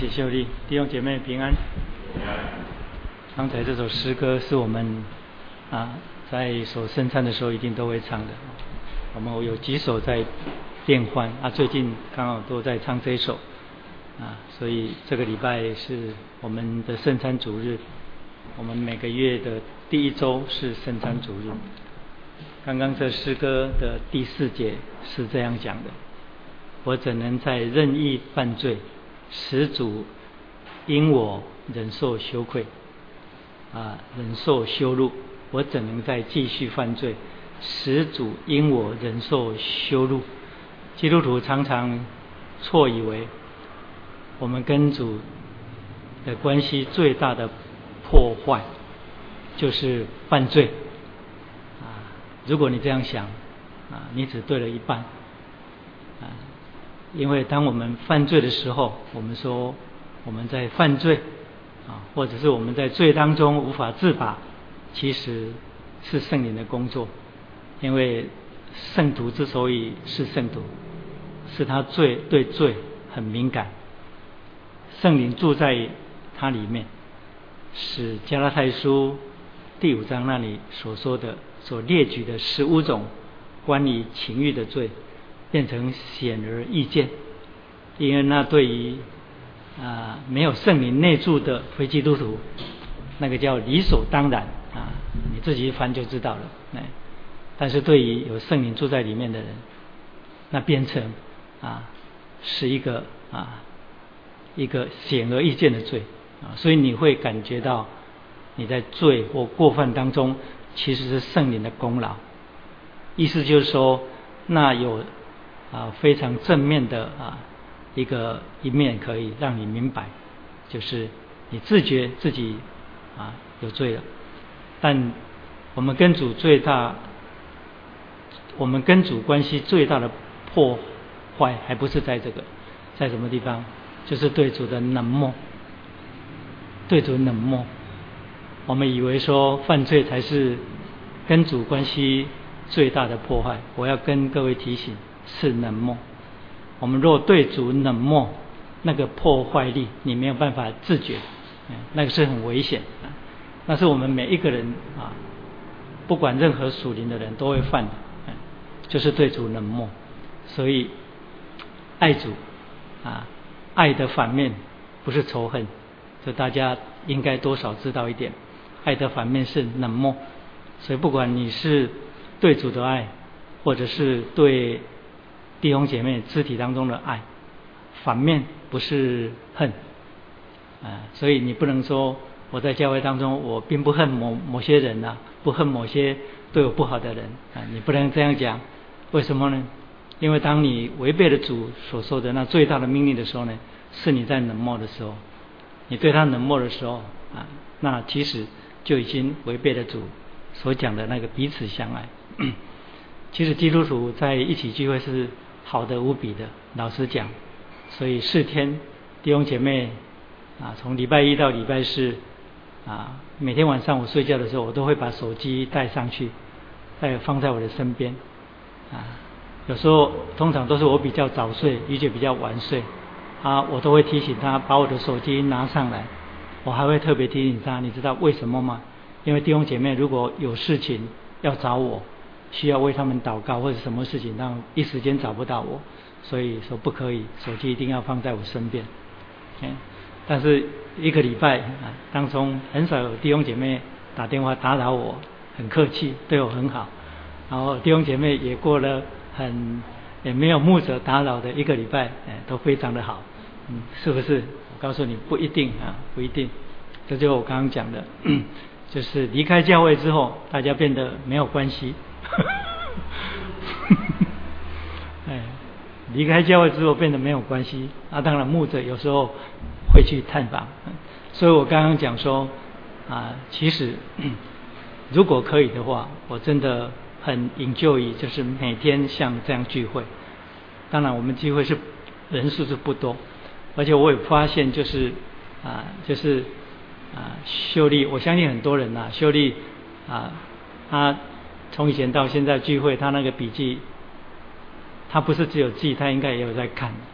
谢谢秀丽，弟兄姐妹平安。刚才这首诗歌是我们在守圣餐的时候一定都会唱的。我们有几首在变换最近刚好都在唱这一首所以这个礼拜是我们的圣餐主日。我们每个月的第一周是圣餐主日。刚刚这诗歌的第4节是这样讲的：我怎能在任意犯罪，使主因我忍受羞愧忍受羞辱？我怎能再继续犯罪，使主因我忍受羞辱？基督徒常常错以为我们跟主的关系最大的破坏就是犯罪如果你这样想你只对了一半因为当我们犯罪的时候，我们说我们在犯罪或者是我们在罪当中无法自拔，其实是圣灵的工作。因为圣徒之所以是圣徒，是他对罪很敏感，圣灵住在他里面，使加拉太书第5章那里所说的所列举的15种关于情欲的罪变成显而易见。因为那对于没有圣灵内住的非基督徒，那个叫理所当然你自己一翻就知道了但是对于有圣灵住在里面的人，那变成是一个显而易见的罪所以你会感觉到你在罪或过犯当中其实是圣灵的功劳。意思就是说，那有非常正面的一面可以让你明白，就是你自觉自己有罪了。但我们跟主关系最大的破坏还不是在这个，在什么地方？就是对主的冷漠。对主冷漠，我们以为说犯罪才是跟主关系最大的破坏。我要跟各位提醒，是冷漠。我们若对主冷漠，那个破坏力你没有办法自觉那个是很危险那是我们每一个人不管任何属灵的人都会犯的就是对主冷漠。所以爱主爱的反面不是仇恨，这大家应该多少知道一点。爱的反面是冷漠。所以不管你是对主的爱，或者是对弟兄姐妹肢体当中的爱，反面不是恨所以你不能说我在教会当中我并不恨某些人不恨某些对我不好的人你不能这样讲。为什么呢？因为当你违背了主所说的那最大的命令的时候呢，是你在冷漠的时候。你对他冷漠的时候那其实就已经违背了主所讲的那个彼此相爱其实基督徒在一起聚会是好的无比的，老实讲。所以4天弟兄姐妹从礼拜1到礼拜4每天晚上我睡觉的时候，我都会把手机带上去，放在我的身边有时候通常都是我比较早睡，于姐比较晚睡我都会提醒他把我的手机拿上来。我还会特别提醒他，你知道为什么吗？因为弟兄姐妹如果有事情要找我，需要为他们祷告或者什么事情让一时间找不到我，所以说不可以，手机一定要放在我身边但是一个礼拜当中很少有弟兄姐妹打电话打扰我，很客气，对我很好。然后弟兄姐妹也过了也没有牧者打扰的一个礼拜都非常的好是不是？我告诉你不一定不一定。这就是我刚刚讲的就是离开教会之后大家变得没有关系离开教会之后变得没有关系当然牧者有时候会去探访。所以我刚刚讲说其实如果可以的话，我真的很 enjoy 就是每天像这样聚会。当然我们聚会是人数是不多，而且我也发现就是秀丽，我相信很多人秀丽她从以前到现在聚会，她那个笔记她不是只有记，她应该也有在看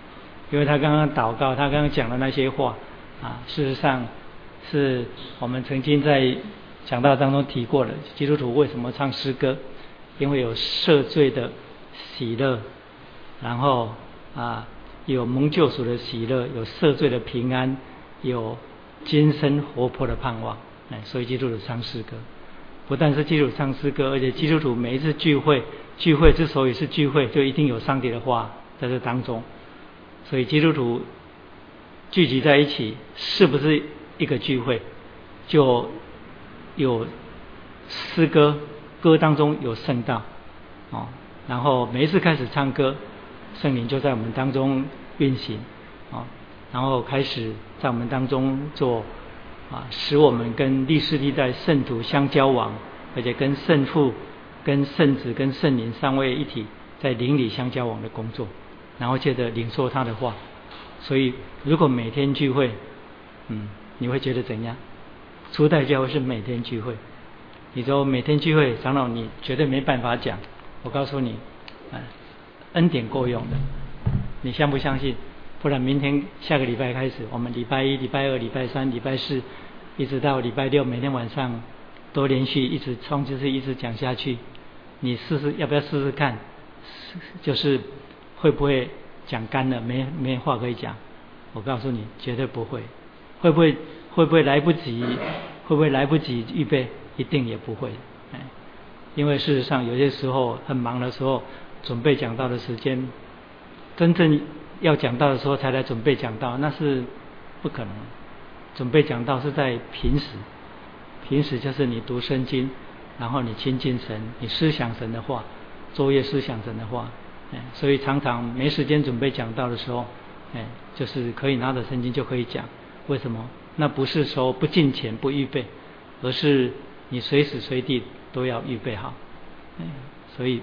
因为他刚刚祷告，他刚刚讲的那些话啊，事实上是我们曾经在讲道当中提过的。基督徒为什么唱诗歌？因为有赦罪的喜乐，然后有蒙救赎的喜乐，有赦罪的平安，有今生活泼的盼望。所以基督徒唱诗歌，不但是基督徒唱诗歌，而且基督徒每一次聚会之所以是聚会，就一定有上帝的话在这当中。所以基督徒聚集在一起，是不是一个聚会，就有诗歌，歌当中有圣道然后每一次开始唱歌，圣灵就在我们当中运行然后开始在我们当中做使我们跟历世历代圣徒相交往，而且跟圣父、跟圣子、跟圣灵三位一体在灵里相交往的工作，然后接着领受他的话。所以如果每天聚会你会觉得怎样？初代教会是每天聚会，你说每天聚会，长老你绝对没办法讲。我告诉你恩典够用的，你相不相信？不然明天下个礼拜开始，我们礼拜一、礼拜二、礼拜三、礼拜四一直到礼拜六，每天晚上都连续一直就是一直讲下去。你要不要试试看？就是会不会讲干了，没话可以讲？我告诉你，绝对不会。会不会来不及？会不会来不及预备？一定也不会。因为事实上有些时候很忙的时候，准备讲道的时间，真正要讲道的时候才来准备讲道，那是不可能。准备讲道是在平时就是你读圣经，然后你亲近神，你思想神的话，昼夜思想神的话。所以常常没时间准备讲道的时候，就是可以拿着圣经就可以讲。为什么？那不是说不进前不预备，而是你随时随地都要预备好。所以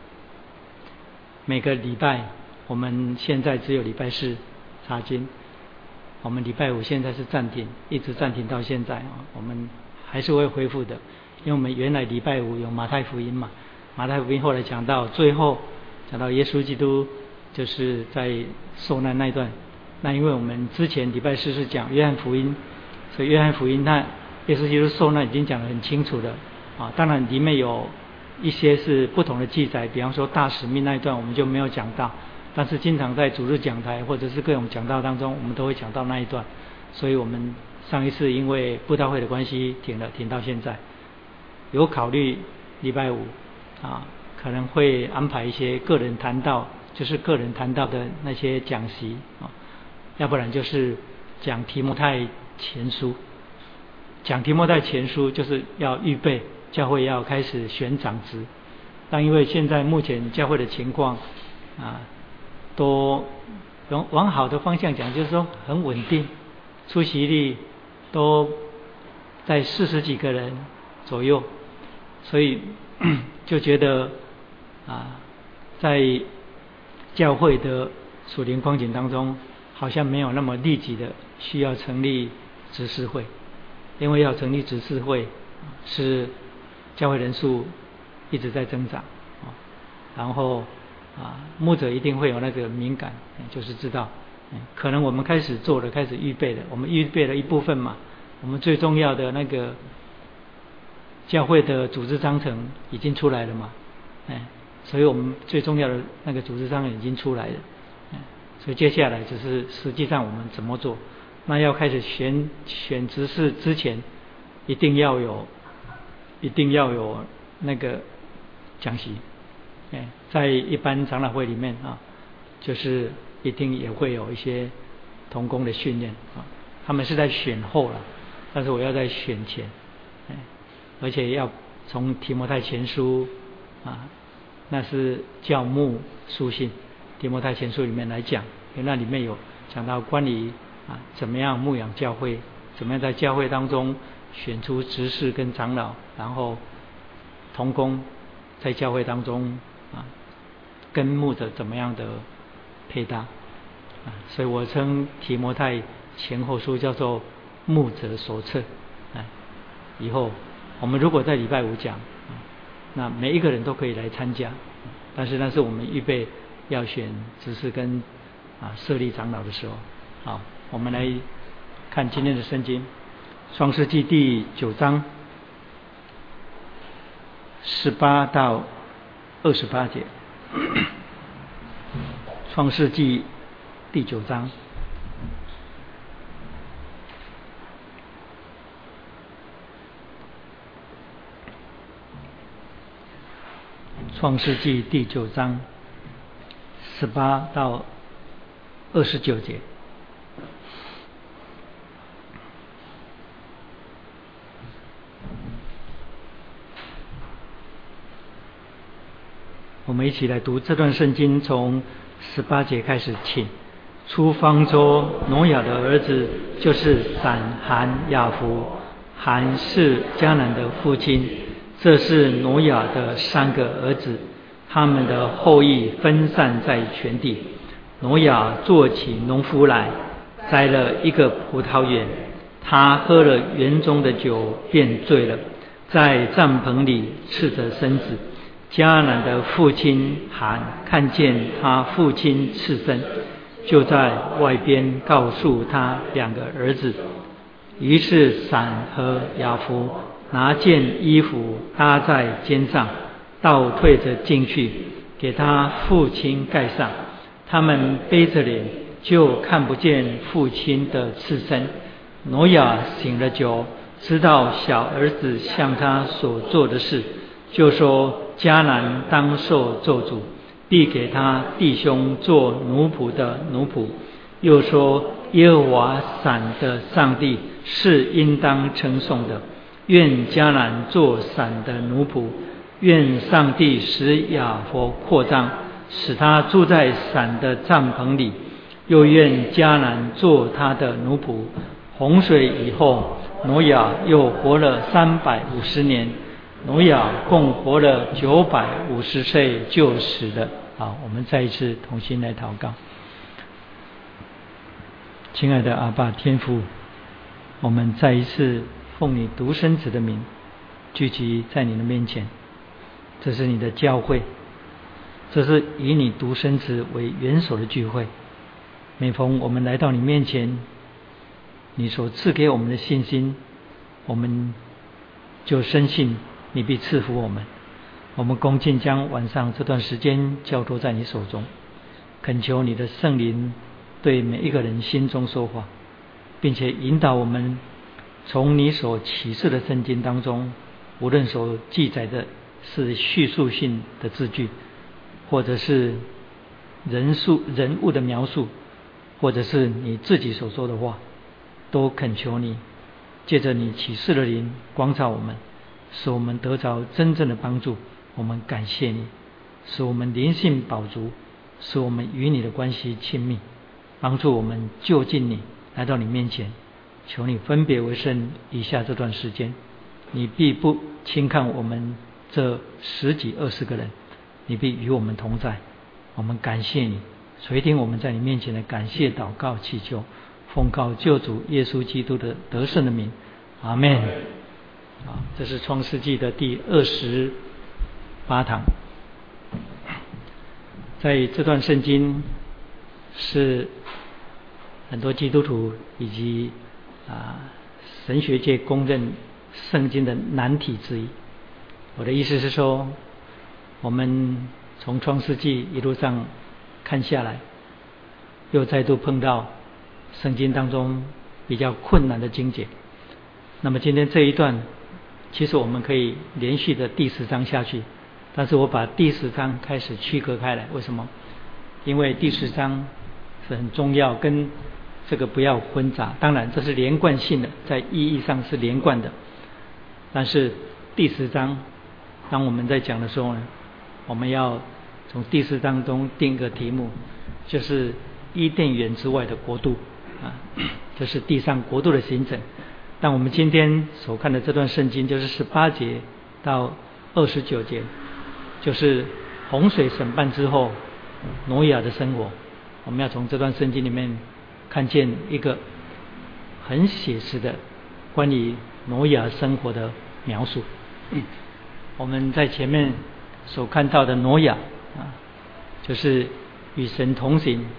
每个礼拜，我们现在只有礼拜四查经，我们礼拜五现在是暂停，一直暂停到现在我们还是会恢复的。因为我们原来礼拜五有马太福音嘛，马太福音后来讲到最后，讲到耶稣基督就是在受难那一段。那因为我们之前礼拜四是讲约翰福音，所以约翰福音那耶稣基督受难已经讲得很清楚的当然里面有一些是不同的记载，比方说大使命那一段我们就没有讲到，但是经常在主日讲台或者是各种讲道当中，我们都会讲到那一段。所以我们上一次因为布道会的关系停到现在，有考虑礼拜五可能会安排一些个人谈道，就是个人谈道的那些讲习要不然就是讲提摩太前书。讲提摩太前书就是要预备教会要开始选长职，但因为现在目前教会的情况都往好的方向讲，就是说很稳定，出席率都在40几个人左右，所以就觉得在教会的属灵光景当中，好像没有那么立即的需要成立执事会。因为要成立执事会，是教会人数一直在增长然后牧者一定会有那个敏感，就是知道可能我们开始做了，开始预备了，我们预备了一部分嘛，我们最重要的那个教会的组织章程已经出来了嘛所以我们最重要的那个组织章程已经出来了所以接下来只是实际上我们怎么做。那要开始选执事之前，一定要有那个讲习在一般长老会里面就是一定也会有一些同工的训练他们是在选后了，但是我要在选前而且要从提摩太前书那是教牧书信，提摩太前书里面来讲，因为那里面有讲到关于怎么样牧养教会，怎么样在教会当中选出执事跟长老，然后同工在教会当中跟牧者怎么样的配搭所以我称提摩太前后书叫做牧者手册以后我们如果在礼拜五讲那每一个人都可以来参加，但是那是我们预备要选执事跟设立长老的时候。好，我们来看今天的圣经，创世纪第9章18到28节。创世纪第9章创世纪第9章18到29节。我们一起来读这段圣经，从18节开始，请。出方舟，挪亚的儿子就是闪、含、雅弗。含是迦南的父亲，这是挪亚的3个儿子，他们的后裔分散在全地。挪亚做起农夫来，栽了一个葡萄园，他喝了园中的酒，便醉了，在帐篷里赤着身子。迦南的父亲含看见他父亲赤身，就在外边告诉他2个儿子。于是闪和雅弗拿件衣服搭在肩上，倒退着进去，给他父亲盖上。他们背着脸，就看不见父亲的赤身。挪亚醒了酒，知道小儿子向他所做的事，就说迦南当受咒诅，必给他弟兄做奴仆的奴仆。又说耶和华闪的上帝是应当称颂的，愿迦南做闪的奴仆，愿上帝使雅弗扩张，使他住在闪的帐篷里，又愿迦南做他的奴仆。洪水以后，挪亚又活了350年，挪亚共活了950岁就死了。好，我们再一次同心来祷告。亲爱的阿爸天父，我们再一次奉你独生子的名聚集在你的面前，这是你的教会，这是以你独生子为元首的聚会。每逢我们来到你面前，你所赐给我们的信心，我们就深信你必赐福我们。我们恭敬将晚上这段时间交托在你手中，恳求你的圣灵对每一个人心中说话，并且引导我们从你所启示的圣经当中，无论所记载的是叙述性的字句，或者是人物的描述，或者是你自己所说的话，都恳求你借着你启示的灵光照我们，使我们得着真正的帮助。我们感谢你，使我们灵性饱足，使我们与你的关系亲密，帮助我们就近你，来到你面前。求你分别为圣以下这段时间，你必不轻看我们这10几20个人，你必与我们同在。我们感谢你，垂听我们在你面前的感谢祷告祈求，奉靠救主耶稣基督的得胜的名，阿们。这是创世纪的第28堂。在这段圣经是很多基督徒以及神学界公认圣经的难题之一。我的意思是说，我们从创世纪一路上看下来，又再度碰到圣经当中比较困难的经节。那么今天这一段，其实我们可以连续的第10章下去，但是我把第10章开始区隔开来。为什么？因为第10章是很重要，跟这个不要混杂。当然这是连贯性的，在意义上是连贯的，但是第10章当我们在讲的时候呢，我们要从第10章中定个题目，就是伊甸园之外的国度这是地上国度的形成。但我们今天所看的这段圣经就是18节到29节，就是洪水审判之后挪亚的生活。我们要从这段圣经里面看见一个很写实的关于挪亚生活的描述。我们在前面所看到的挪亚就是与神同行，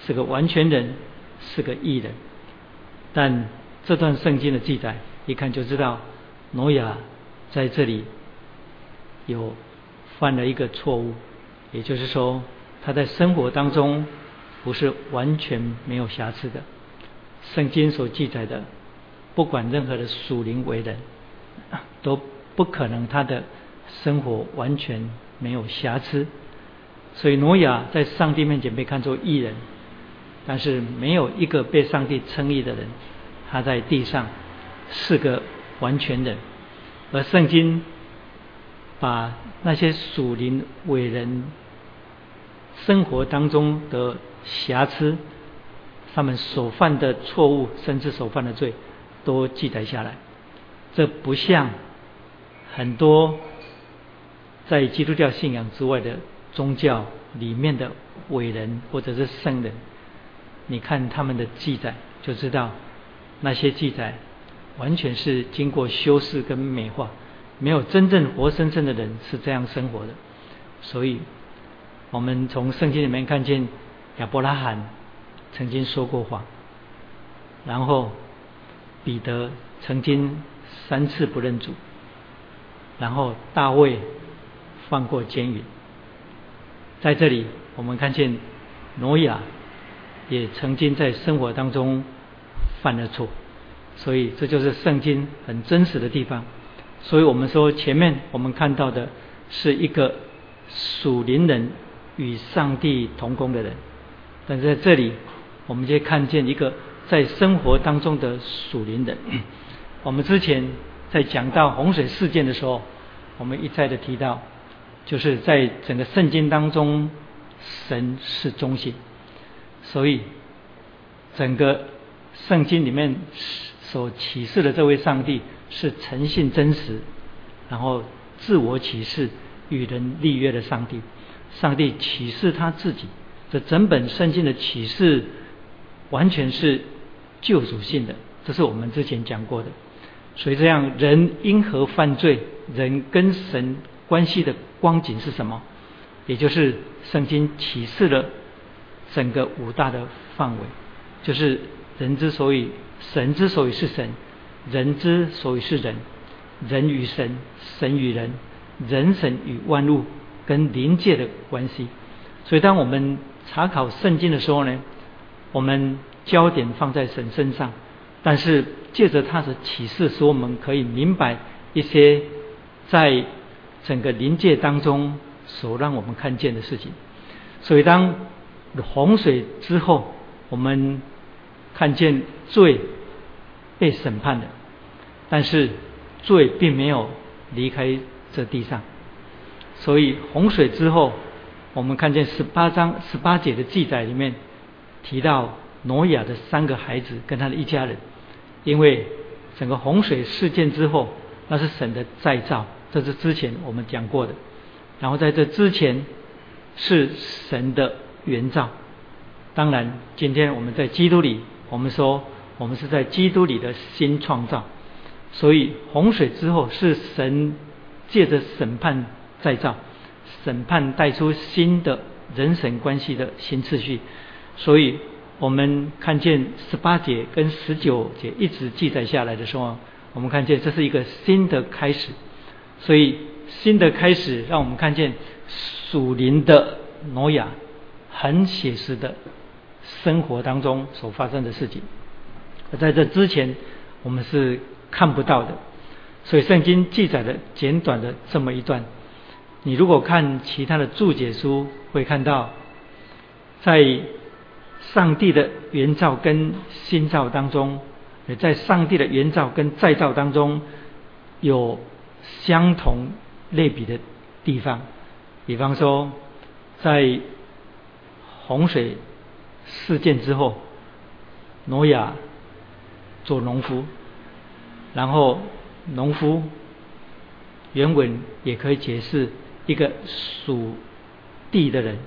是个完全人，是个义人。但这段圣经的记载一看就知道，挪亚在这里有犯了一个错误，也就是说他在生活当中不是完全没有瑕疵的。圣经所记载的，不管任何的属灵为人，都不可能他的生活完全没有瑕疵。所以挪亚在上帝面前被看作义人，但是没有一个被上帝称义的人，他在地上是个完全人。而圣经把那些属灵伟人生活当中的瑕疵，他们所犯的错误，甚至所犯的罪，都记载下来。这不像很多在基督教信仰之外的宗教里面的伟人或者是圣人，你看他们的记载就知道，那些记载完全是经过修饰跟美化，没有真正活生生的人是这样生活的。所以我们从圣经里面看见亚伯拉罕曾经说过谎，然后彼得曾经3次不认主，然后大卫放过监狱。在这里我们看见挪亚也曾经在生活当中犯了错，所以这就是圣经很真实的地方。所以我们说前面我们看到的是一个属灵人与上帝同工的人，但是在这里我们就看见一个在生活当中的属灵人。我们之前在讲到洪水事件的时候，我们一再的提到，就是在整个圣经当中神是中心，所以整个圣经里面所启示的这位上帝是诚信真实，然后自我启示与人立约的上帝。上帝启示他自己，这整本圣经的启示完全是救赎性的，这是我们之前讲过的。所以这样人因何犯罪，人跟神关系的光景是什么，也就是圣经启示了整个5大的范围，就是人之所以神之所以是神，人之所以是人，人与神，神与人，人神与万物跟灵界的关系。所以当我们查考圣经的时候呢，我们焦点放在神身上，但是借着他的启示，使我们可以明白一些在整个灵界当中所让我们看见的事情。所以当洪水之后，我们看见罪被审判了，但是罪并没有离开这地上。所以洪水之后，我们看见18章18节的记载里面提到挪亚的3个孩子跟他的一家人，因为整个洪水事件之后，那是神的再造，这是之前我们讲过的。然后在这之前是神的原造。当然今天我们在基督里，我们说我们是在基督里的新创造，所以洪水之后是神借着审判再造，审判带出新的人神关系的新次序。所以我们看见18节跟19节一直记载下来的时候，我们看见这是一个新的开始。所以新的开始让我们看见属灵的挪亚很写实的生活当中所发生的事情，而在这之前我们是看不到的。所以圣经记载了简短的这么一段，你如果看其他的注解书，会看到在上帝的原造跟新造当中，在上帝的原造跟再造当中有相同类比的地方。比方说在洪水事件之后，挪亚做农夫，然后农夫原文也可以解释一个属地的人，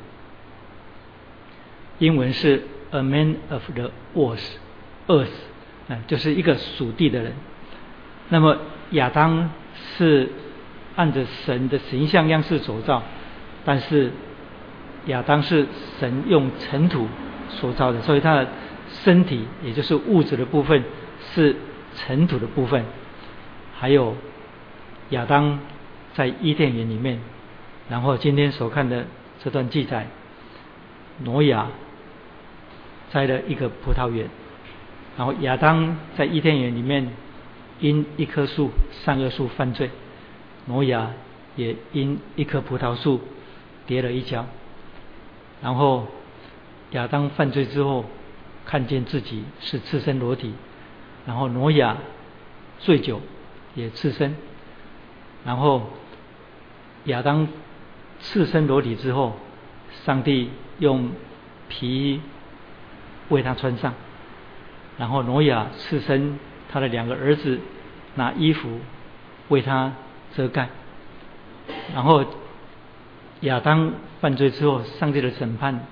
英文是 a man of the earth， 就是一个属地的人。那么亚当是按着神的形象样式所造，但是亚当是神用尘土所造的，所以他的身体也就是物质的部分是尘土的部分。还有亚当在伊甸园里面，然后今天所看的这段记载，挪亚栽了一个葡萄园，然后亚当在伊甸园里面因一棵树善恶树犯罪，挪亚也因一棵葡萄树跌了一跤。然后亚当犯罪之后看见自己是赤身裸体，然后挪亚醉酒也赤身，然后亚当赤身裸体之后，上帝用皮为他穿上，然后挪亚赤身，他的2个儿子拿衣服为他遮盖。然后亚当犯罪之后，上帝的审判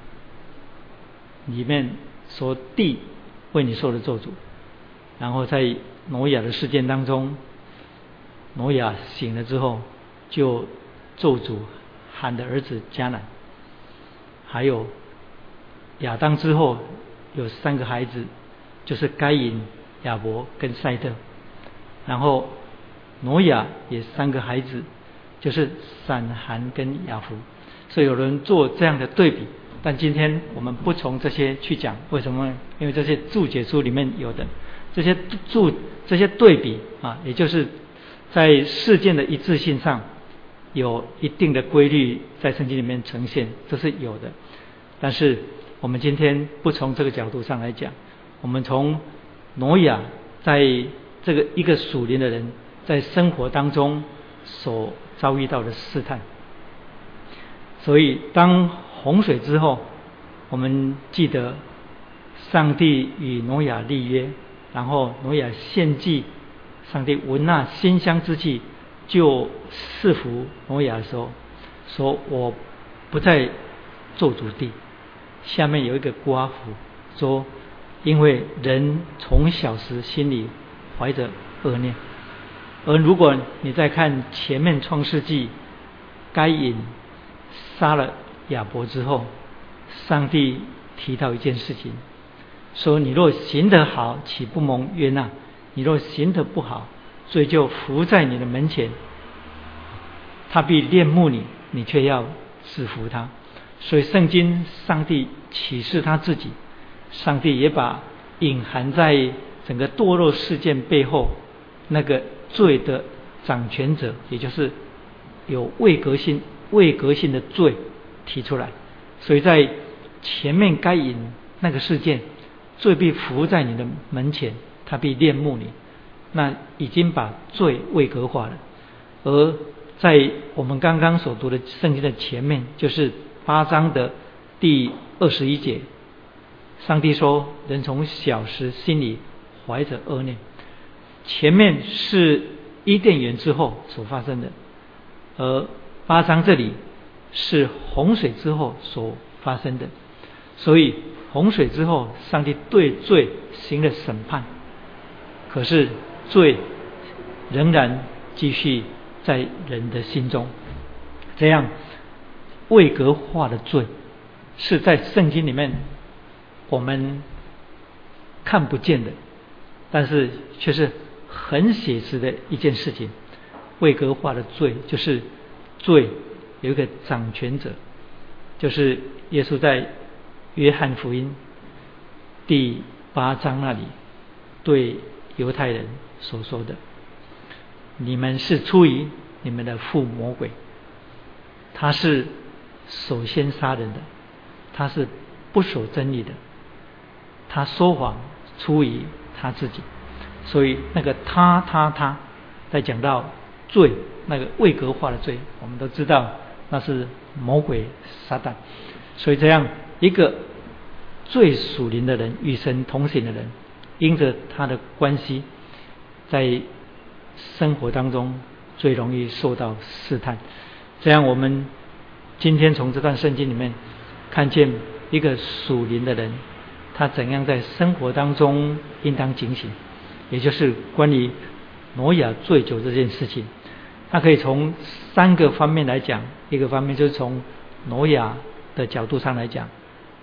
里面说地为你受的咒诅。然后在挪亚的事件当中，挪亚醒了之后就咒诅含的儿子迦南。还有亚当之后有3个孩子，就是该隐、亚伯跟赛特。然后挪亚也3个孩子，就是闪、含跟雅弗。所以有人做这样的对比，但今天我们不从这些去讲。为什么呢？因为这些注解书里面有的这些对比啊，也就是在事件的一致性上有一定的规律在圣经里面呈现，这是有的。但是我们今天不从这个角度上来讲，我们从挪亚在这个一个属灵的人在生活当中所遭遇到的试探。所以当洪水之后，我们记得上帝与挪亚立约，然后挪亚献祭，上帝闻那馨香之气，就赐福挪亚的时候说，我不再咒诅地。下面有一个括弧说，因为人从小时心里怀着恶念。而如果你再看前面创世纪，该隐杀了亚伯之后，上帝提到一件事情，说你若行得好，岂不蒙悦纳？你若行得不好，罪就伏在你的门前，他必恋慕你，你却要制服他。所以圣经上帝启示他自己，上帝也把隐含在整个堕落事件背后那个罪的掌权者，也就是有位格性的罪提出来。所以在前面该隐那个事件，罪必伏在你的门前，他必恋慕你，那已经把罪位格化了。而在我们刚刚所读的圣经的前面，就是8章的第21节，上帝说人从小时心里怀着恶念。前面是伊甸园之后所发生的，而8章这里是洪水之后所发生的。所以洪水之后，上帝对罪行了审判，可是罪仍然继续在人的心中。这样位格化的罪是在圣经里面我们看不见的，但是却是很写实的一件事情。位格化的罪就是罪有一个掌权者，就是耶稣在约翰福音第8章那里对犹太人所说的，你们是出于你们的父魔鬼，他是首先杀人的，他是不守真理的，他说谎出于他自己。所以那个他在讲到罪，那个位格化的罪，我们都知道那是魔鬼撒旦。所以这样一个最属灵的人，与神同行的人，因着他的关系，在生活当中最容易受到试探。这样我们今天从这段圣经里面看见一个属灵的人，他怎样在生活当中应当警醒，也就是关于挪亚醉酒这件事情。他可以从3个方面来讲，一个方面就是从挪亚的角度上来讲，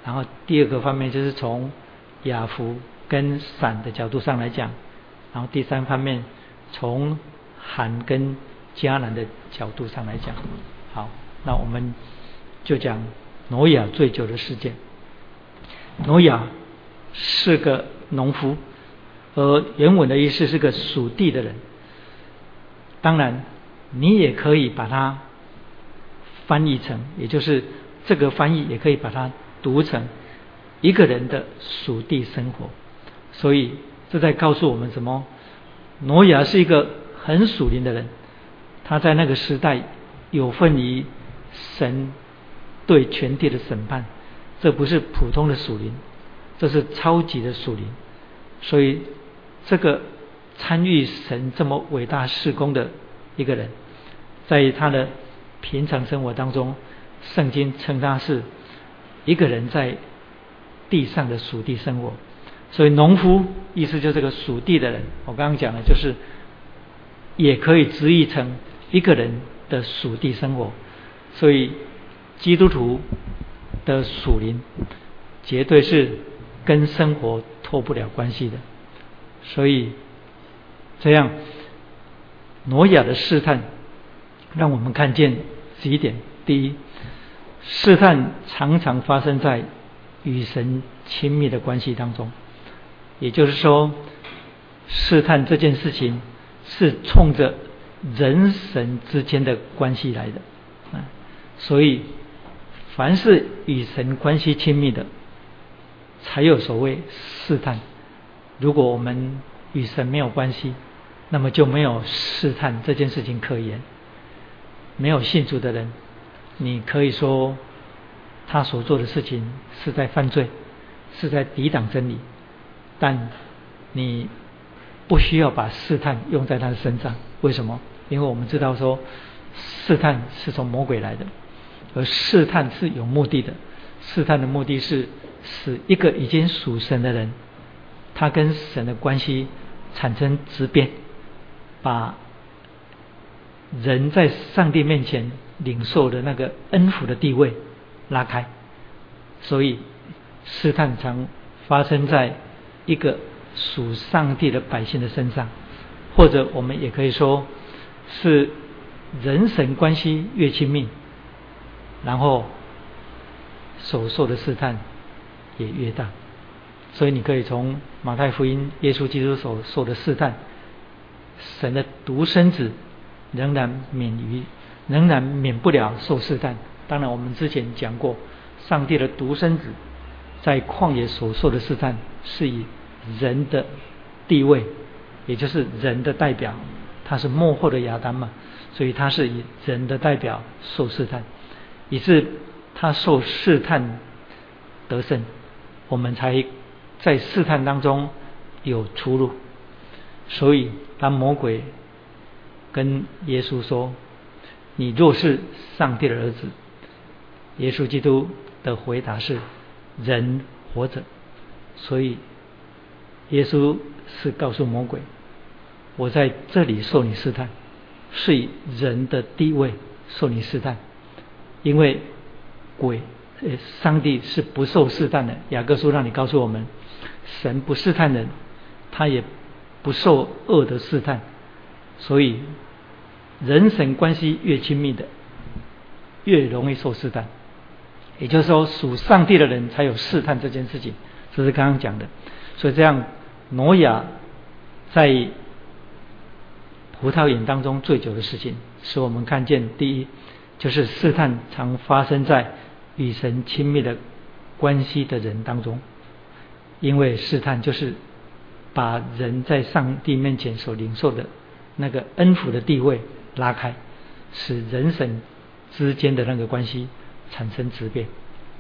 然后第二个方面就是从雅弗跟闪的角度上来讲，然后第三方面从含跟迦南的角度上来讲。好，那我们就讲挪亚醉酒的事件。挪亚是个农夫，而原文的意思是个属地的人。当然你也可以把它翻译成，也就是这个翻译也可以把它读成一个人的属地生活。所以这在告诉我们什么？挪亚是一个很属灵的人，他在那个时代有份于神对全地的审判，这不是普通的属灵，这是超级的属灵。所以这个参与神这么伟大事工的一个人，在他的平常生活当中，圣经称他是一个人在地上的属地生活。所以农夫意思就是这个属地的人，我刚刚讲的就是也可以直译成一个人的属地生活。所以基督徒的属灵绝对是跟生活脱不了关系的。所以这样挪亚的试探让我们看见几点。第一，试探常常发生在与神亲密的关系当中，也就是说试探这件事情是冲着人神之间的关系来的。所以凡是与神关系亲密的才有所谓试探。如果我们与神没有关系，那么就没有试探这件事情可言。没有信主的人，你可以说他所做的事情是在犯罪，是在抵挡真理，但你不需要把试探用在他的身上。为什么？因为我们知道说试探是从魔鬼来的，而试探是有目的的。试探的目的是使一个已经属神的人，他跟神的关系产生质变，把人在上帝面前领受的那个恩福的地位拉开。所以试探常发生在一个属上帝的百姓的身上，或者我们也可以说是人神关系越亲密，然后所受的试探也越大。所以你可以从马太福音耶稣基督所受的试探，神的独生子仍然免不了受试探。当然我们之前讲过，上帝的独生子在旷野所受的试探是以人的地位，也就是人的代表，他是末后的亚当嘛，所以他是以人的代表受试探，以致他受试探得胜，我们才在试探当中有出路。所以当魔鬼跟耶稣说你若是上帝的儿子，耶稣基督的回答是人活着。所以耶稣是告诉魔鬼，我在这里受你试探，是以人的地位受你试探。因为上帝是不受试探的。雅各书让你告诉我们，神不试探人，他也不受恶的试探。所以人神关系越亲密的，越容易受试探。也就是说属上帝的人才有试探这件事情，这是刚刚讲的。所以这样挪亚在葡萄园当中醉酒的事情，使我们看见第一，就是试探常发生在与神亲密的关系的人当中。因为试探就是把人在上帝面前所领受的那个恩福的地位拉开，使人神之间的那个关系产生质变。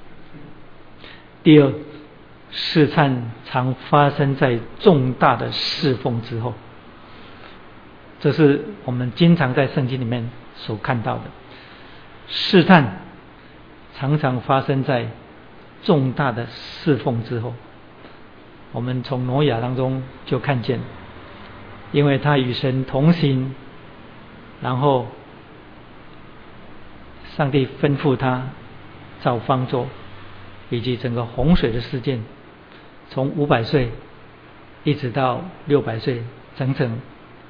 第二，试探常发生在重大的侍奉之后，这是我们经常在圣经里面所看到的。试探常常发生在重大的侍奉之后。我们从挪亚当中就看见，因为他与神同行，然后上帝吩咐他造方舟， 以及整个洪水的事件，从500岁一直到600岁，整整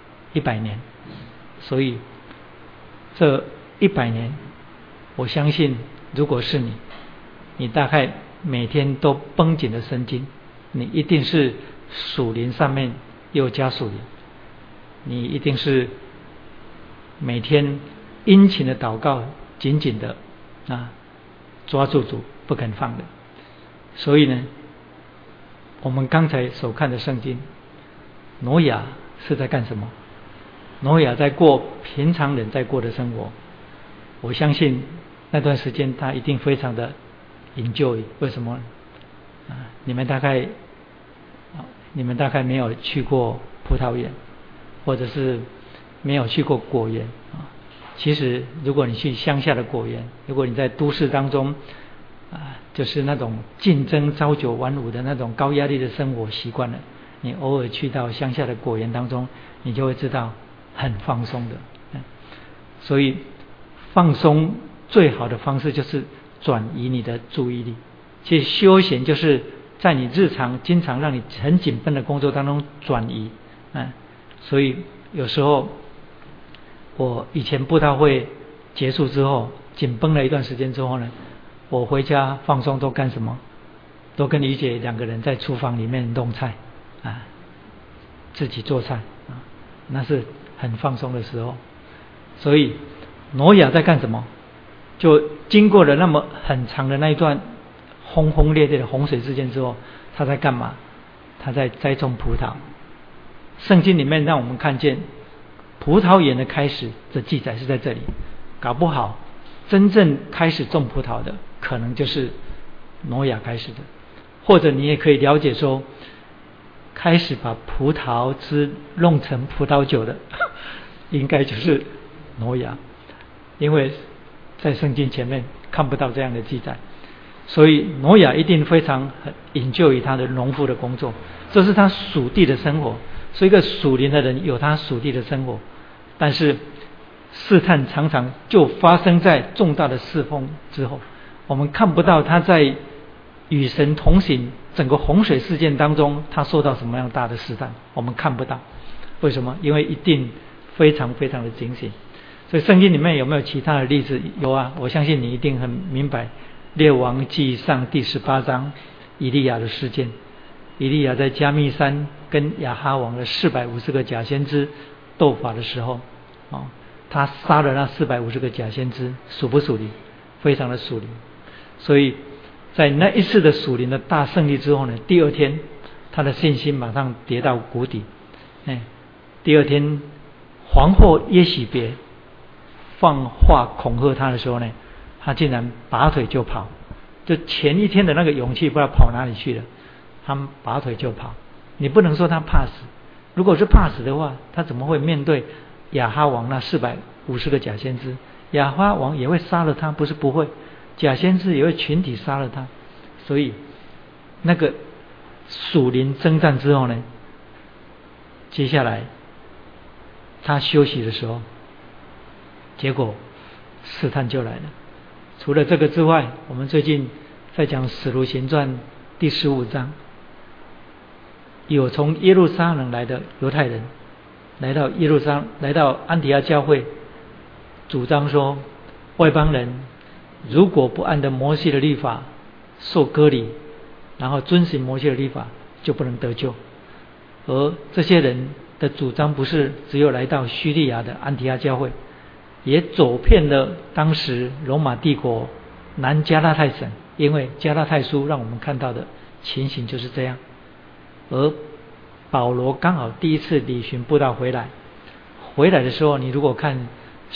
100年。所以这100年，我相信如果是你大概每天都绷紧了神经，你一定是属灵上面又加属灵，你一定是每天殷勤的祷告，紧紧的抓住主不肯放的。所以呢，我们刚才所看的圣经，挪亚是在干什么？挪亚在过平常人在过的生活。我相信那段时间他一定非常的 enjoy。 为什么？你们大概没有去过葡萄园，或者是没有去过果园。其实如果你去乡下的果园，如果你在都市当中就是那种竞争朝九晚五的那种高压力的生活习惯了，你偶尔去到乡下的果园当中，你就会知道很放松的。所以放松最好的方式就是转移你的注意力。其实休闲就是在你日常经常让你很紧绷的工作当中转移。所以有时候我以前布道会结束之后，紧绷了一段时间之后呢，我回家放松都干什么？都跟李姐2个人在厨房里面弄菜自己做菜那是很放松的时候。所以挪亚在干什么？就经过了那么很长的那一段轰轰烈烈的洪水事件之后，他在干嘛？他在栽种葡萄。圣经里面让我们看见葡萄园的开始的记载是在这里。搞不好真正开始种葡萄的可能就是挪亚开始的，或者你也可以了解说，开始把葡萄汁弄成葡萄酒的应该就是挪亚，因为在圣经前面看不到这样的记载。所以挪亚一定非常enjoy他的农夫的工作，这是他属地的生活。所以一个属灵的人有他属地的生活，但是试探常常就发生在重大的侍奉之后。我们看不到他在与神同行整个洪水事件当中他受到什么样大的试探，我们看不到。为什么？因为一定非常非常的警醒。所以圣经里面有没有其他的例子？有啊，我相信你一定很明白列王记上第18章以利亚的事件。以利亚在加密山跟亚哈王的450个假先知斗法的时候他杀了那450个假先知，属不属灵？非常的属灵。所以在那一次的属灵的大胜利之后呢，第二天他的信心马上跌到谷底。第二天皇后耶洗别放话恐吓他的时候呢，他竟然拔腿就跑。就前一天的那个勇气不知道跑哪里去了，他拔腿就跑。你不能说他怕死，如果是怕死的话，他怎么会面对亚哈王那450个假先知？亚哈王也会杀了他，不是不会，假先知也会群体杀了他。所以那个属灵征战之后呢，接下来他休息的时候，结果试探就来了。除了这个之外，我们最近在讲使徒行传第15章，有从耶路撒冷来的犹太人来到安提阿教会，主张说外邦人如果不按照摩西的律法受割礼，然后遵行摩西的律法，就不能得救。而这些人的主张不是只有来到叙利亚的安提阿教会，也走遍了当时罗马帝国南加拉太省，因为加拉太书让我们看到的情形就是这样。而保罗刚好第一次旅行布道回来的时候，你如果看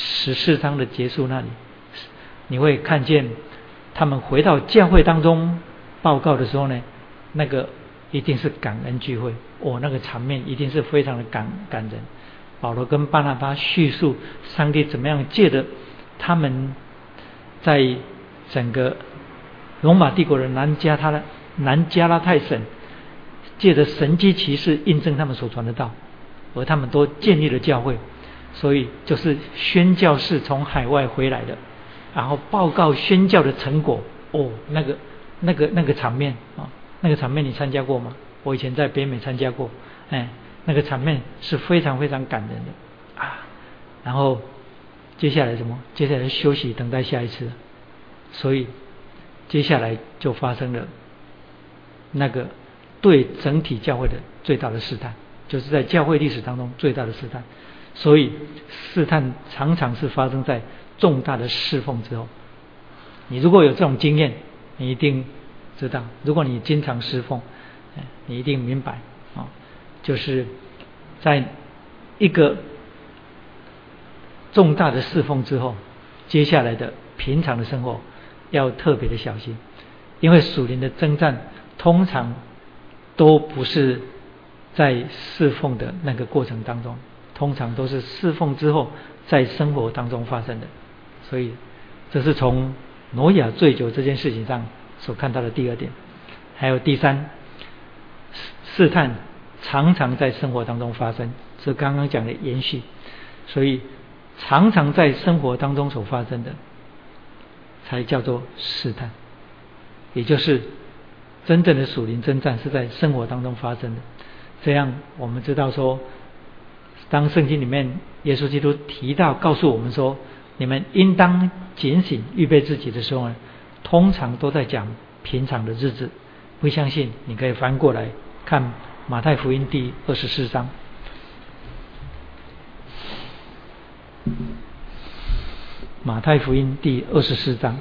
14章的结束那里，你会看见他们回到教会当中报告的时候呢，那个一定是感恩聚会那个场面一定是非常的感人。保罗跟巴拿巴叙述上帝怎么样借着他们在整个罗马帝国的南加拉太省，借着神迹奇事印证他们所传的道，而他们都建立了教会。所以就是宣教士从海外回来的，然后报告宣教的成果那个那个场面啊，那个场面你参加过吗？我以前在北美参加过，那个场面是非常非常感人的啊。然后接下来什么？接下来休息，等待下一次。所以接下来就发生了那个对整体教会的最大的试探，就是在教会历史当中最大的试探。所以试探常常是发生在重大的侍奉之后。你如果有这种经验，你一定知道，如果你经常侍奉，你一定明白啊，就是在一个重大的侍奉之后，接下来的平常的生活要特别的小心，因为属灵的征战通常都不是在侍奉的那个过程当中，通常都是侍奉之后在生活当中发生的。所以这是从挪亚醉酒这件事情上所看到的第二点。还有第三，试探常常在生活当中发生，是刚刚讲的延续。所以常常在生活当中所发生的才叫做试探，也就是真正的属灵征战是在生活当中发生的。这样我们知道说，当圣经里面耶稣基督提到告诉我们说你们应当警醒预备自己的时候呢，通常都在讲平常的日子。不相信你可以翻过来看马太福音第24章。马太福音第24章，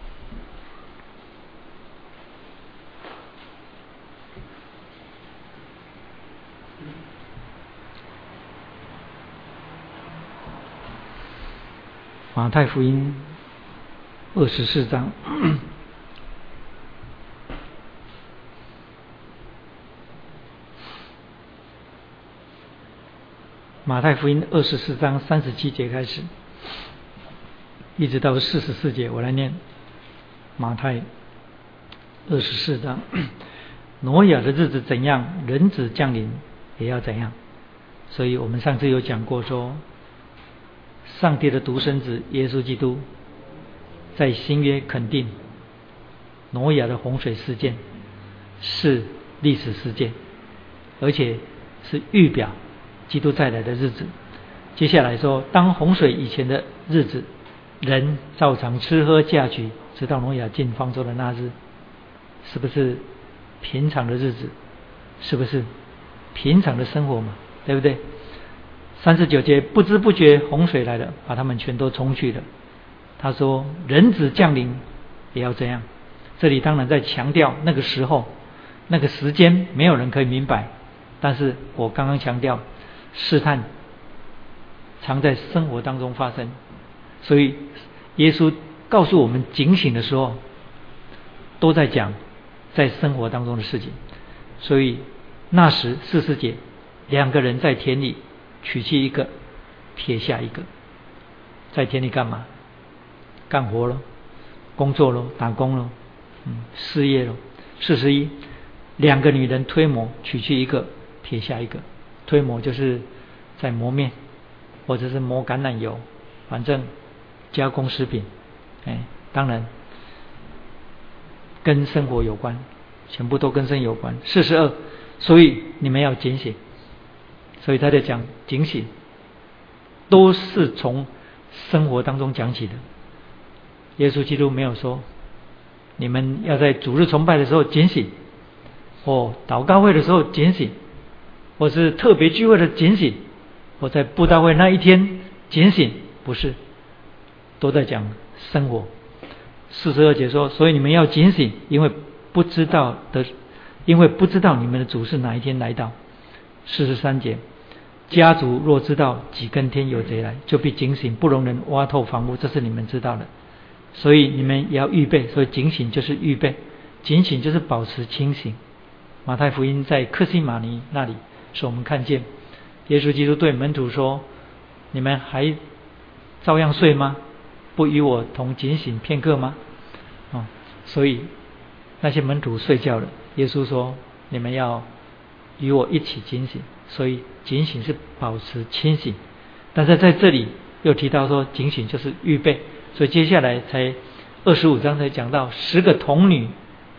马太福音24章马太福音24章37节开始，一直到44节，我来念。马太24章，挪亚的日子怎样，人子降临也要怎样。所以我们上次有讲过说，上帝的独生子耶稣基督在新约肯定挪亚的洪水事件是历史事件，而且是预表基督再来的日子。接下来说，当洪水以前的日子，人照常吃喝嫁娶，直到挪亚进方舟的那日。是不是平常的日子？是不是平常的生活嘛？对不对？39节，不知不觉洪水来了，把他们全都冲去了。他说人子降临也要这样。这里当然在强调那个时候那个时间没有人可以明白，但是我刚刚强调试探常在生活当中发生。所以耶稣告诉我们警醒的时候，都在讲在生活当中的事情。所以那时40节，两个人在田里，取去一个，撇下一个。在田里干嘛？干活咯，工作咯，打工咯，事业咯。41，两个女人推磨，取去一个，撇下一个。推磨就是在磨面，或者是磨橄榄油，反正加工食品，当然跟生活有关，全部都跟生有关。42，所以你们要警醒。所以他在讲警醒，都是从生活当中讲起的。耶稣基督没有说你们要在主日崇拜的时候警醒，或祷告会的时候警醒，或是特别聚会的警醒，或在布道会那一天警醒，不是，都在讲生活。42节说，所以你们要警醒，因为不知道你们的主是哪一天来到。43节，家族若知道几更天有贼来，就必警醒，不容人挖透房屋，这是你们知道的。所以你们也要预备。所以警醒就是预备，警醒就是保持清醒。马太福音在客西马尼那里，是我们看见耶稣基督对门徒说，你们还照样睡吗？不与我同警醒片刻吗？所以那些门徒睡觉了，耶稣说你们要与我一起警醒。所以警醒是保持清醒，但是在这里又提到说警醒就是预备。所以接下来才25章才讲到10个童女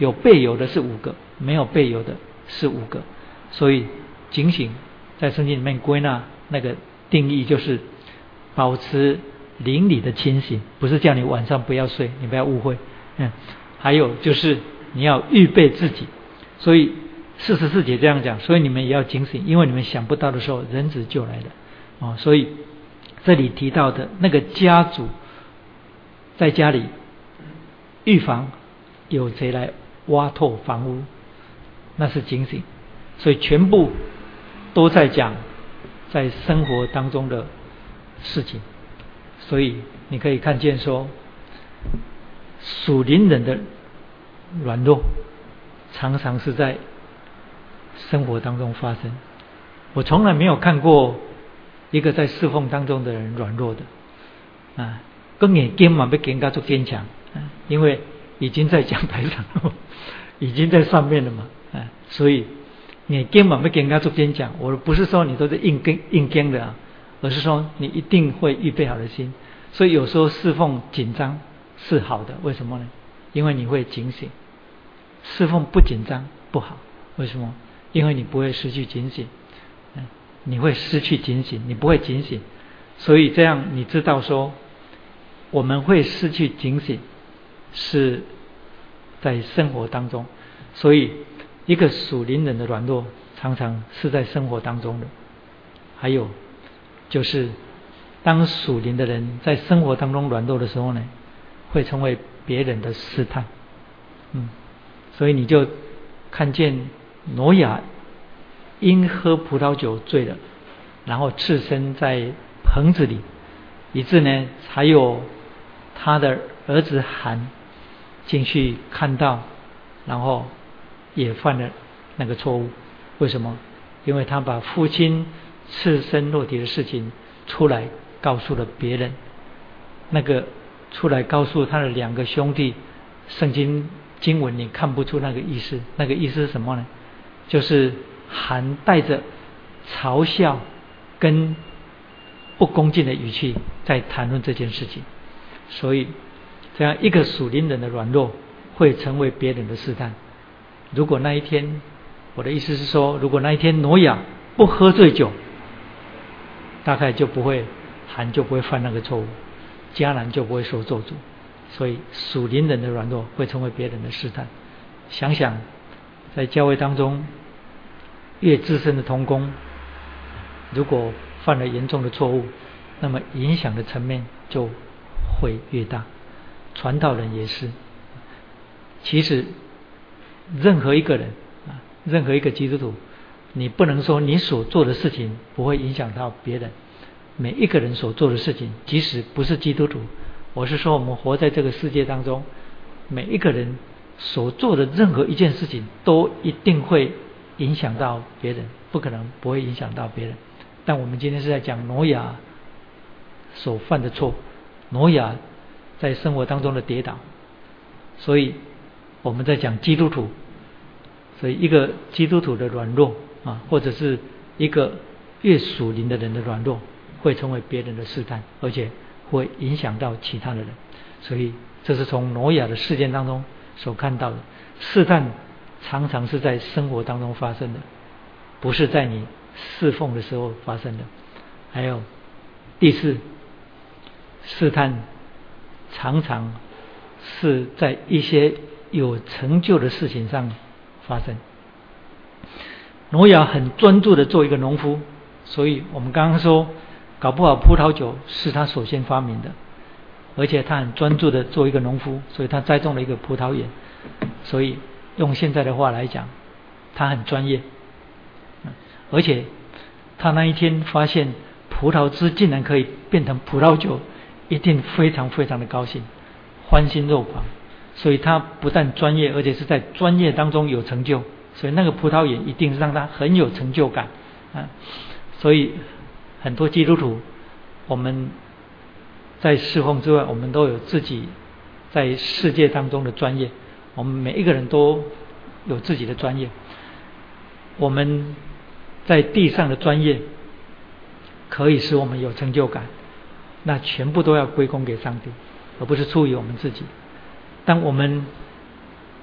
有备有的是5个，没有备有的是5个。所以警醒在圣经里面归纳那个定义就是保持灵里的清醒，不是叫你晚上不要睡，你不要误会。还有就是你要预备自己。所以44节这样讲，所以你们也要警醒，因为你们想不到的时候，人子就来了。所以这里提到的那个家主在家里预防有贼来挖透房屋，那是警醒。所以全部都在讲在生活当中的事情。所以你可以看见说，属灵人的软弱常常是在生活当中发生。我从来没有看过一个在侍奉当中的人软弱的更眼睛嘛被给人家做坚强，因为已经在讲台上了，已经在上面了嘛。所以眼睛嘛被给人家做坚强，我不是说你都是硬跟的而是说你一定会预备好的心。所以有时候侍奉紧张是好的，为什么呢？因为你会警醒。侍奉不紧张不好，为什么？因为你不会失去警醒，你会失去警醒，你不会警醒。所以这样你知道说，我们会失去警醒是在生活当中。所以一个属灵人的软弱常常是在生活当中的。还有就是当属灵的人在生活当中软弱的时候呢，会成为别人的试探。所以你就看见挪亚因喝葡萄酒醉了，然后赤身在棚子里，以致呢还有他的儿子含进去看到，然后也犯了那个错误。为什么？因为他把父亲赤身裸体的事情出来告诉了别人，那个出来告诉他的2个兄弟，圣经文你看不出那个意思。那个意思是什么呢？就是含带着嘲笑跟不恭敬的语气在谈论这件事情。所以这样一个属灵人的软弱会成为别人的试探。如果那一天，我的意思是说，如果那一天挪亚不喝醉酒，大概就不会含就不会犯那个错误，迦南就不会受咒诅。所以属灵人的软弱会成为别人的试探。想想在教会当中，越资深的同工，如果犯了严重的错误，那么影响的层面就会越大。传道人也是。其实任何一个人，任何一个基督徒，你不能说你所做的事情不会影响到别人。每一个人所做的事情，即使不是基督徒，我是说我们活在这个世界当中，每一个人所做的任何一件事情都一定会影响到别人，不可能不会影响到别人。但我们今天是在讲挪亚所犯的错，挪亚在生活当中的跌倒。所以我们在讲基督徒，所以一个基督徒的软弱或者是一个越属灵的人的软弱，会成为别人的试探，而且会影响到其他的人。所以这是从挪亚的事件当中所看到的。试探常常是在生活当中发生的，不是在你侍奉的时候发生的。还有第4，试探常常是在一些有成就的事情上发生。挪亚很专注的做一个农夫，所以我们刚刚说搞不好葡萄酒是他首先发明的，而且他很专注的做一个农夫，所以他栽种了一个葡萄园。所以用现在的话来讲，他很专业。而且他那一天发现葡萄汁竟然可以变成葡萄酒，一定非常非常的高兴，欢欣若狂。所以他不但专业，而且是在专业当中有成就，所以那个葡萄园一定让他很有成就感。所以很多基督徒，我们在侍奉之外，我们都有自己在世界当中的专业，我们每一个人都有自己的专业。我们在地上的专业可以使我们有成就感，那全部都要归功给上帝，而不是出于我们自己。当我们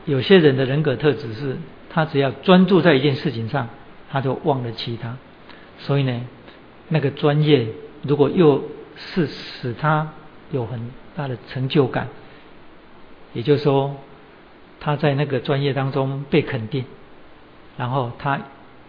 有些人的人格特质是，他只要专注在一件事情上，他就忘了其他。所以呢，那个专业如果又是使他有很大的成就感，也就是说他在那个专业当中被肯定，然后他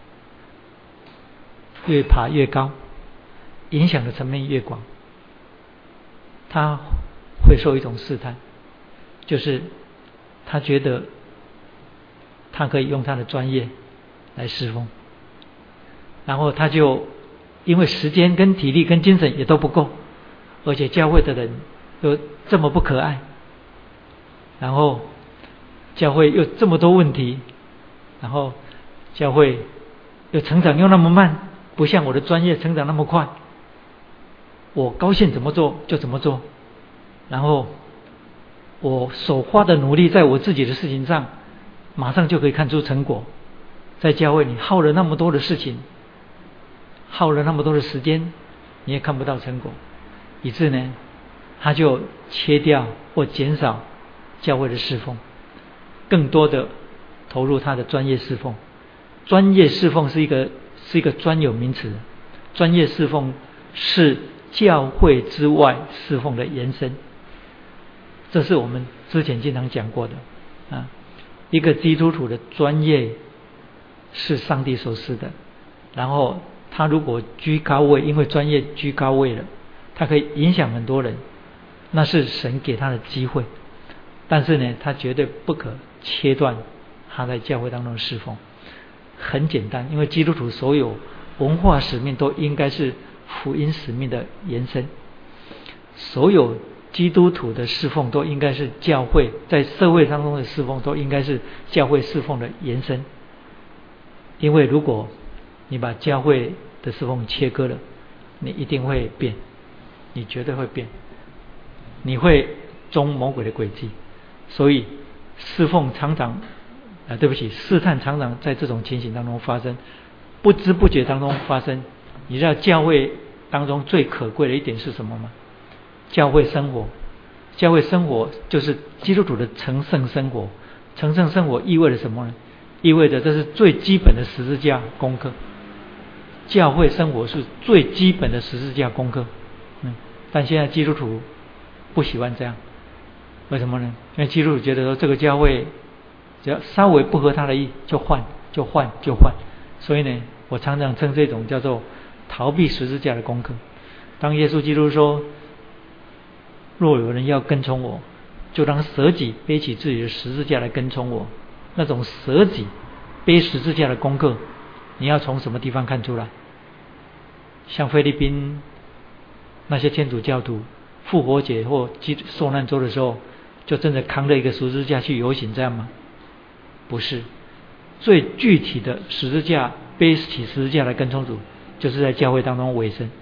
越爬越高，影响的层面越广，他会受一种试探，就是他觉得他可以用他的专业来侍奉，然后他就因为时间跟体力跟精神也都不够，而且教会的人又这么不可爱，然后教会又这么多问题，然后教会又成长又那么慢，不像我的专业成长那么快，我高兴怎么做就怎么做，然后我所花的努力在我自己的事情上马上就可以看出成果。在教会你耗了那么多的事情，耗了那么多的时间，你也看不到成果，以致呢他就切掉或减少教会的侍奉，更多的投入他的专业侍奉。专业侍奉是一个专有名词，专业侍奉是教会之外侍奉的延伸，这是我们之前经常讲过的啊。一个基督徒的专业是上帝所赐的，然后他如果居高位，因为专业居高位了，他可以影响很多人，那是神给他的机会。但是呢，他绝对不可切断他在教会当中的侍奉。很简单，因为基督徒所有文化使命都应该是福音使命的延伸，所有基督徒的侍奉都应该是教会在社会当中的侍奉都应该是教会侍奉的延伸。因为如果你把教会的侍奉切割了，你一定会变，你绝对会变，你会中魔鬼的诡计。所以侍奉常常试探常常在这种情形当中发生，不知不觉当中发生。你知道教会当中最可贵的一点是什么吗？教会生活。教会生活就是基督徒的成圣生活。成圣生活意味着什么呢？意味着这是最基本的十字架功课。教会生活是最基本的十字架功课。但现在基督徒不喜欢这样，为什么呢？因为基督徒觉得说这个教会只要稍微不合他的意就换。所以呢，我常常称这种叫做逃避十字架的功课。当耶稣基督说，若有人要跟从我，就当舍己背起自己的十字架来跟从我，那种舍己背十字架的功课，你要从什么地方看出来？像菲律宾那些天主教徒复活节或受难周的时候，就真的扛着一个十字架去游行，这样吗？不是。最具体的十字架，背起十字架来跟从主，就是在教会当中委身。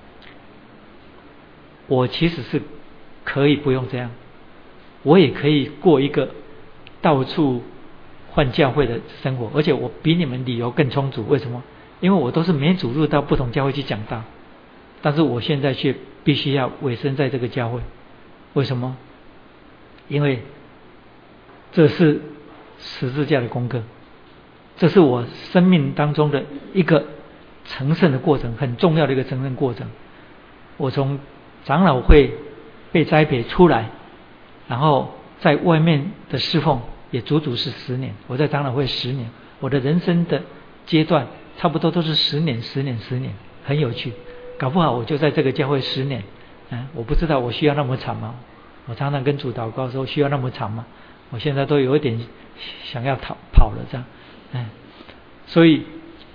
我其实是可以不用这样，我也可以过一个到处换教会的生活，而且我比你们理由更充足。为什么？因为我都是每主日到不同教会去讲道，但是我现在却必须要委身在这个教会。为什么？因为这是十字架的功课，这是我生命当中的一个成圣的过程，很重要的一个成圣过程。我从长老会被栽培出来，然后在外面的侍奉也足足是10年。我在长老会10年，我的人生的阶段差不多都是10年，很有趣。搞不好我就在这个教会10年，我不知道我需要那么长吗？我常常跟主祷告说，需要那么长吗？我现在都有一点想要跑了这样。所以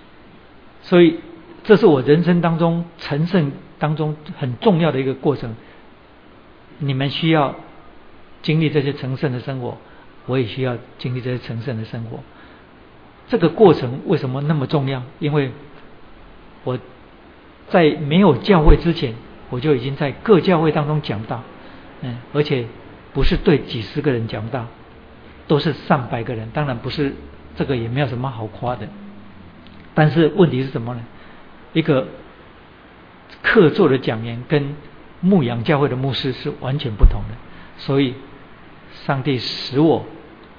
这是我人生当中成圣当中很重要的一个过程。你们需要经历这些成圣的生活，我也需要经历这些成圣的生活。这个过程为什么那么重要？因为我在没有教会之前，我就已经在各教会当中讲道，而且不是对几十个人讲道，都是上百个人。当然不是，这个也没有什么好夸的。但是问题是什么呢？一个客座的讲员跟牧养教会的牧师是完全不同的。所以上帝使我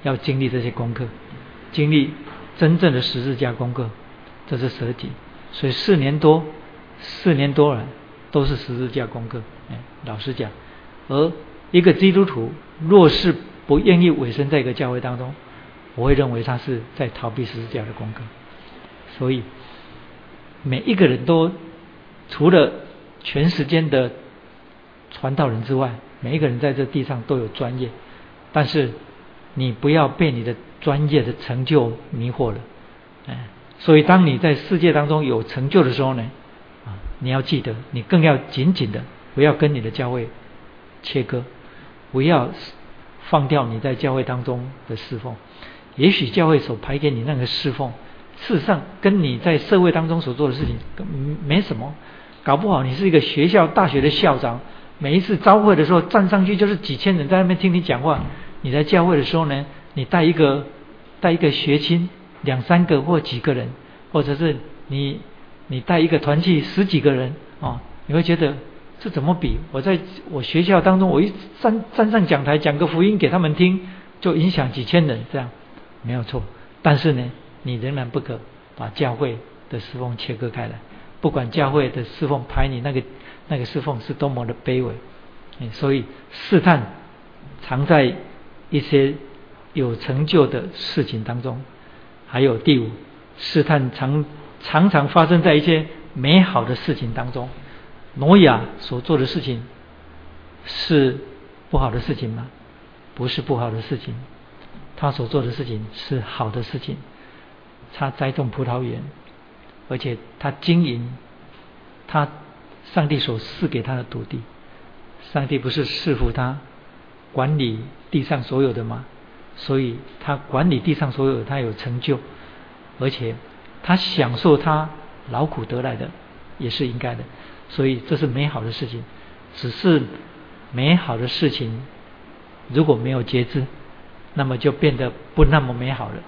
要经历这些功课，经历真正的十字架功课，这是舍己。所以4年多了都是十字架功课。老实讲，而一个基督徒若是不愿意委身在一个教会当中，我会认为他是在逃避十字架的功课。所以每一个人都除了全时间的传道人之外，每一个人在这地上都有专业，但是你不要被你的专业的成就迷惑了。所以当你在世界当中有成就的时候呢，你要记得，你更要紧紧的不要跟你的教会切割，不要放掉你在教会当中的侍奉。也许教会所排给你那个侍奉，事实上跟你在社会当中所做的事情没什么。搞不好你是一个学校大学的校长，每一次招会的时候站上去就是几千人在那边听你讲话。你在教会的时候呢，你带一个学青2-3个或几个人，或者是你带一个团契10几个人你会觉得这怎么比？我学校当中，我一站上讲台讲个福音给他们听，就影响几千人，这样没有错。但是呢，你仍然不可把教会的侍奉切割开来，不管教会的侍奉排你那个侍奉是多么的卑微。所以试探藏在一些有成就的事情当中。还有第5，试探常常发生在一些美好的事情当中。挪亚所做的事情是不好的事情吗？不是不好的事情，他所做的事情是好的事情。他栽种葡萄园，而且他经营他上帝所赐给他的土地。上帝不是赐福他管理地上所有的吗？所以他管理地上所有的，他有成就，而且他享受他劳苦得来的，也是应该的。所以这是美好的事情。只是美好的事情如果没有节制，那么就变得不那么美好了。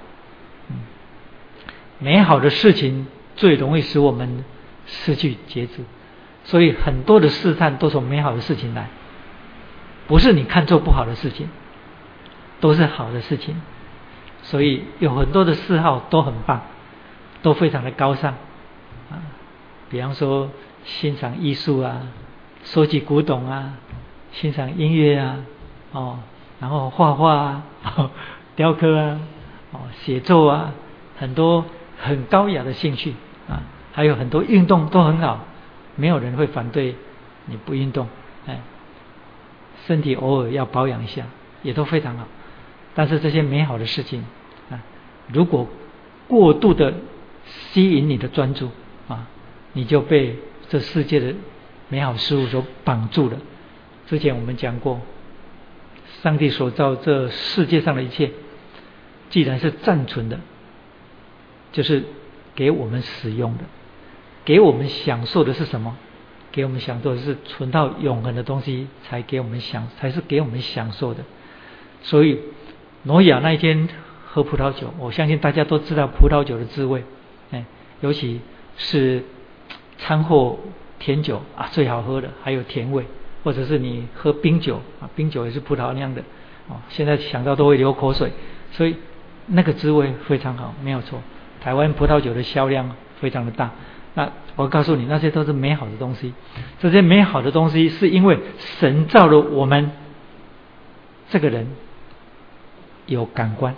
美好的事情最容易使我们失去节制，所以很多的试探都从美好的事情来，不是你看错不好的事情，都是好的事情。所以有很多的嗜好都很棒，都非常的高尚比方说欣赏艺术收集古董欣赏音乐然后画画雕刻写作很多很高雅的兴趣还有很多运动都很好，没有人会反对你不运动身体偶尔要保养一下也都非常好。但是这些美好的事情如果过度的吸引你的专注你就被这世界的美好事物所绑住了。之前我们讲过，上帝所造这世界上的一切既然是暂存的，就是给我们使用的，给我们享受的是什么？给我们享受的是存到永恒的东西，才是给我们享受的。所以挪亚那一天喝葡萄酒，我相信大家都知道葡萄酒的滋味尤其是餐后甜酒最好喝的，还有甜味。或者是你喝冰酒冰酒也是葡萄酿的现在想到都会流口水。所以那个滋味非常好，没有错。台湾葡萄酒的销量非常的大。那我告诉你，那些都是美好的东西。这些美好的东西是因为神造了我们这个人有感官。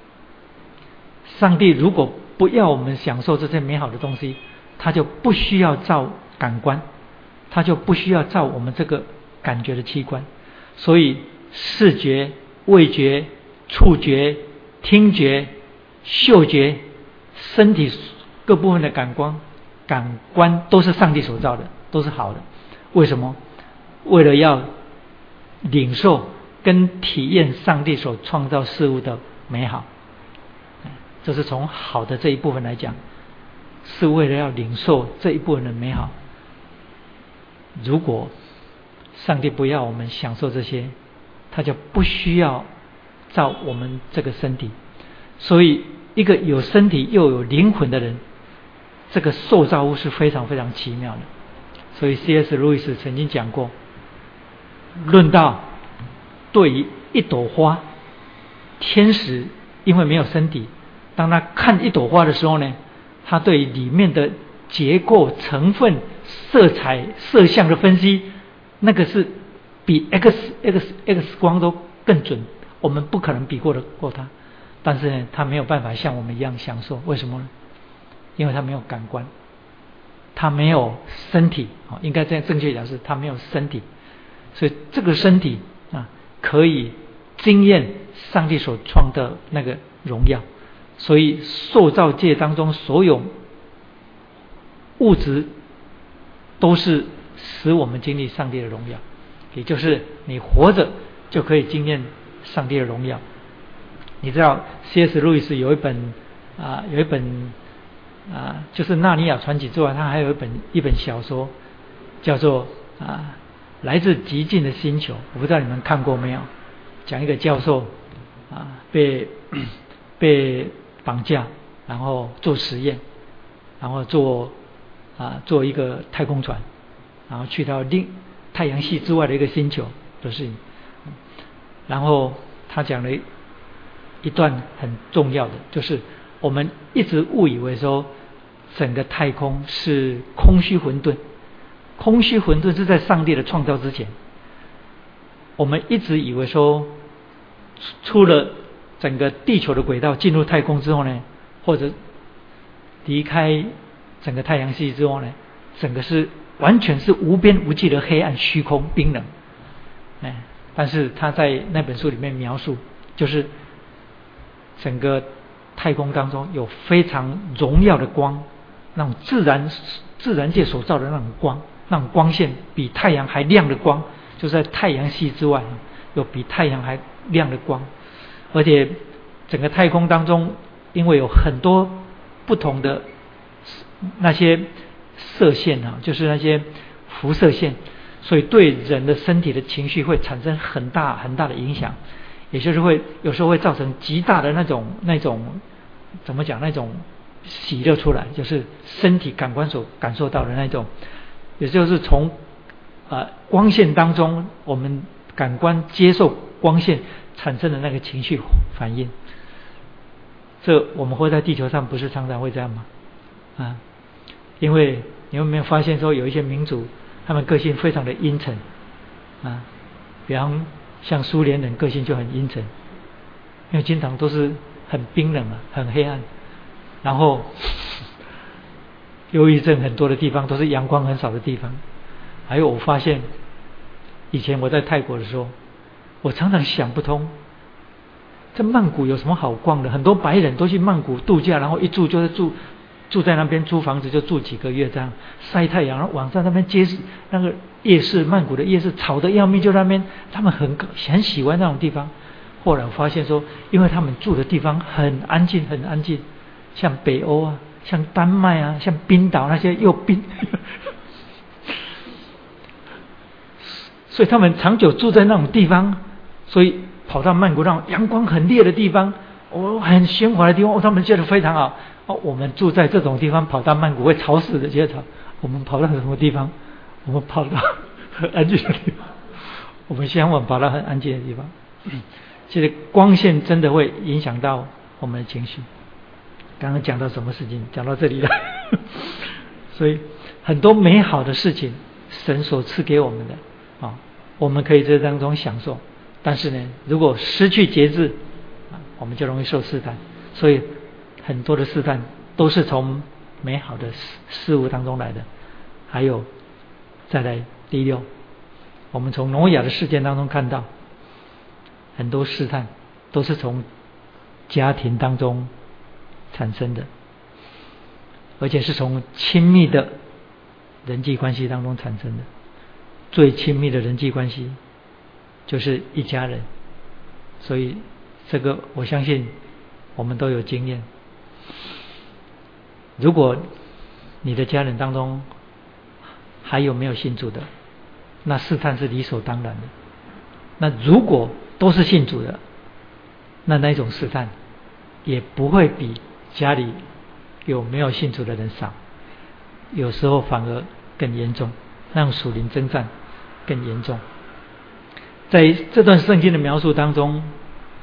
上帝如果不要我们享受这些美好的东西，他就不需要造感官，他就不需要造我们这个感觉的器官。所以视觉、味觉、触觉、听觉、嗅觉，身体各部分的感官都是上帝所造的，都是好的。为什么？为了要领受跟体验上帝所创造事物的美好。这是从好的这一部分来讲，是为了要领受这一部分的美好。如果上帝不要我们享受这些，他就不需要造我们这个身体。所以一个有身体又有灵魂的人，这个受造物是非常非常奇妙的。所以 C.S. 路易斯曾经讲过，论到对于一朵花天使因为没有身体，当他看一朵花的时候呢，他对里面的结构、成分、色彩、色相的分析，那个是比 X 光都更准，我们不可能比过他。但是呢，他没有办法像我们一样享受，为什么呢？因为他没有感官，他没有身体，应该这样正确讲是他没有身体，所以这个身体可以经验上帝所创的那个荣耀。所以受造界当中所有物质都是使我们经历上帝的荣耀，也就是你活着就可以经验上帝的荣耀。你知道 C.S. 路易斯有一本就是《纳尼亚传奇》之外，他还有一本小说叫做来自极静的星球，我不知道你们看过没有，讲一个教授被绑架，然后做实验，然后做一个太空船，然后去到太阳系之外的一个星球的事情。然后他讲了一段很重要的，就是我们一直误以为说整个太空是空虚混沌，空虚混沌是在上帝的创造之前。我们一直以为说出了整个地球的轨道进入太空之后呢，或者离开整个太阳系之后呢，整个是完全是无边无际的黑暗、虚空、冰冷。但是他在那本书里面描述，就是整个太空当中有非常荣耀的光，那种自然界所造的那种光，那种光线比太阳还亮的光，就在太阳系之外有比太阳还亮的光。而且整个太空当中因为有很多不同的那些射线就是那些辐射线，所以对人的身体的情绪会产生很大很大的影响，也就是有时候会造成极大的那种怎么讲，那种喜乐出来，就是身体感官所感受到的那种，也就是从光线当中我们感官接受光线产生的那个情绪反应。这我们活在地球上不是常常会这样吗？因为你有没有发现说有一些民族他们个性非常的阴沉比方像苏联人个性就很阴沉，因为经常都是很冰冷很黑暗，然后忧郁症很多的地方都是阳光很少的地方。还有我发现以前我在泰国的时候，我常常想不通，在曼谷有什么好逛的？很多白人都去曼谷度假，然后一住就是住在那边，租房子就住几个月，这样晒太阳，然后晚上那边那个夜市，曼谷的夜市吵得要命，就那边他们很喜欢那种地方。后来我发现说，因为他们住的地方很安静很安静，像北欧像丹麦像冰岛那些又冰所以他们长久住在那种地方，所以跑到曼谷那种阳光很烈的地方，很喧哗的地方，他们觉得非常好。我们住在这种地方，跑到曼谷会吵死的，觉得吵。我们跑到什么地方？我们跑到很安静的地方。我们向往跑到很安静的地方。其实光线真的会影响到我们的情绪。刚刚讲到什么事情？讲到这里了。所以很多美好的事情，神所赐给我们的我们可以在当中享受。但是呢，如果失去节制我们就容易受试探。所以很多的试探都是从美好的事物当中来的。还有再来第六，我们从挪亚的事件当中看到很多试探都是从家庭当中产生的，而且是从亲密的人际关系当中产生的。最亲密的人际关系就是一家人，所以这个我相信我们都有经验。如果你的家人当中还有没有信主的，那试探是理所当然的。那如果都是信主的，那种试探也不会比家里有没有信主的人少，有时候反而更严重，让属灵征战更严重。在这段圣经的描述当中，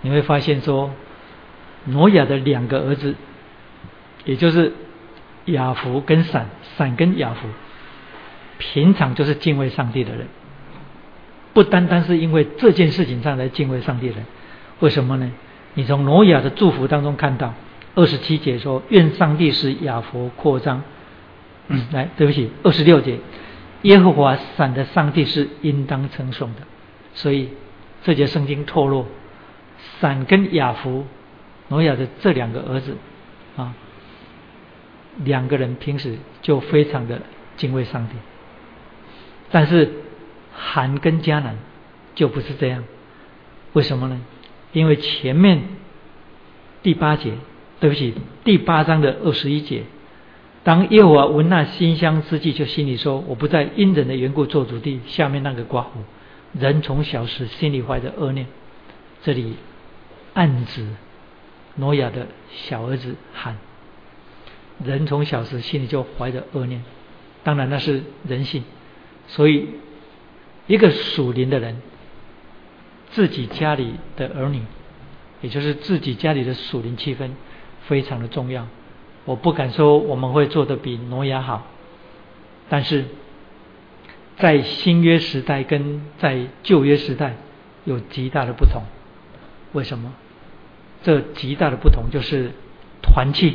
你会发现说，挪亚的2个儿子，也就是雅弗跟闪跟雅弗，平常就是敬畏上帝的人，不单单是因为这件事情上来敬畏上帝的人。为什么呢？你从挪亚的祝福当中看到27节说，愿上帝使雅弗扩张。来，对不起，26节，耶和华闪的上帝是应当称颂的。所以这节圣经透露，闪跟雅弗，挪亚的这2个儿子啊，2个人平时就非常的敬畏上帝。但是含跟迦南就不是这样。为什么呢？因为前面第8节，对不起，第8章的21节，当耶和华闻那馨香之际，就心里说，我不再因人的缘故做主地。下面那个括弧，人从小时心里怀着恶念，这里暗指挪亚的小儿子含，人从小时心里就怀着恶念，当然那是人性。所以一个属灵的人，自己家里的儿女，也就是自己家里的属灵气氛非常的重要。我不敢说我们会做得比挪亚好，但是在新约时代跟在旧约时代有极大的不同。为什么？这极大的不同就是团契。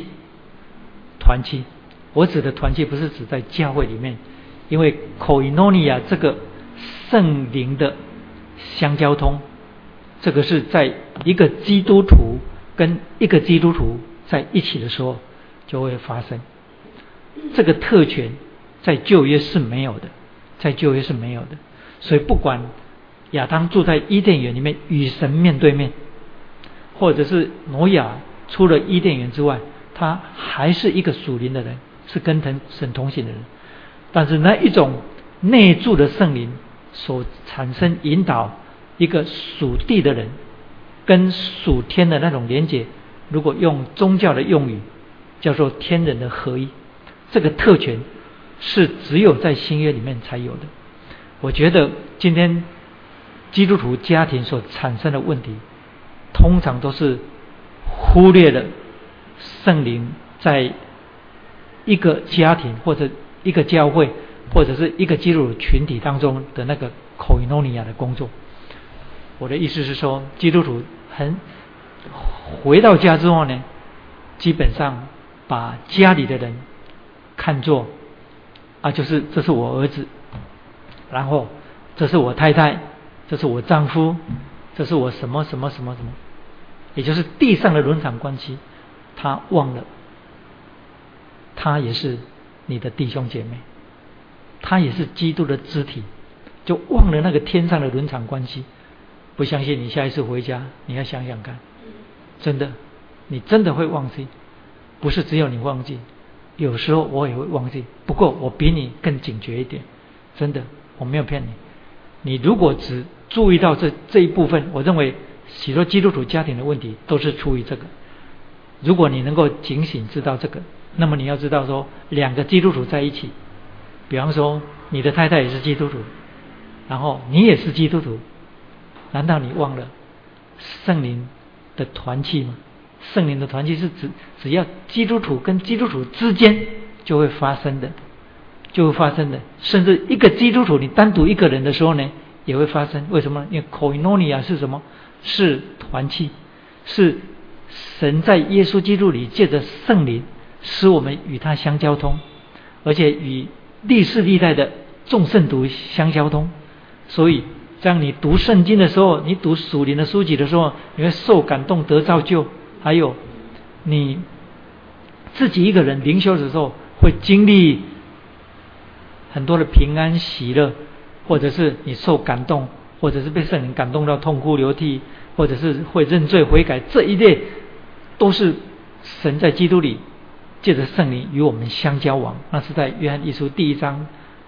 我指的团契不是指在教会里面，因为 koinonia 这个圣灵的相交通，这个是在一个基督徒跟一个基督徒在一起的时候就会发生。这个特权在旧约是没有的，所以不管亚当住在伊甸园里面与神面对面，或者是挪亚出了伊甸园之外，他还是一个属灵的人，是跟神同行的人。但是那一种内住的圣灵所产生引导一个属地的人跟属天的那种连结，如果用宗教的用语叫做天人的合一，这个特权是只有在新约里面才有的。我觉得今天基督徒家庭所产生的问题，通常都是忽略了圣灵在一个家庭或者一个教会或者是一个基督徒群体当中的那个 koinonia 的工作。我的意思是说，基督徒回到家之后呢，基本上把家里的人看作就是这是我儿子，然后这是我太太，这是我丈夫，这是我什么什么什么什么，也就是地上的伦常关系，他忘了他也是你的弟兄姐妹，他也是基督的肢体，就忘了那个天上的伦常关系。不相信你下一次回家你要想想看，真的你真的会忘记。不是只有你忘记，有时候我也会忘记，不过我比你更警觉一点，真的，我没有骗你。你如果只注意到这一部分，我认为许多基督徒家庭的问题都是出于这个。如果你能够警醒知道这个，那么你要知道说，2个基督徒在一起，比方说你的太太也是基督徒，然后你也是基督徒，难道你忘了圣灵的团契吗？圣灵的团契是只要基督徒跟基督徒之间就会发生的，甚至一个基督徒你单独一个人的时候呢也会发生。为什么？因为 koinonia 是什么？是团契，是神在耶稣基督里借着圣灵使我们与他相交通，而且与历世历代的众圣徒相交通。所以这样你读圣经的时候，你读属灵的书籍的时候，你会受感动得造就。还有你自己一个人灵修的时候，会经历很多的平安喜乐，或者是你受感动，或者是被圣灵感动到痛哭流涕，或者是会认罪悔改，这一类都是神在基督里借着圣灵与我们相交往。那是在约翰一书第1章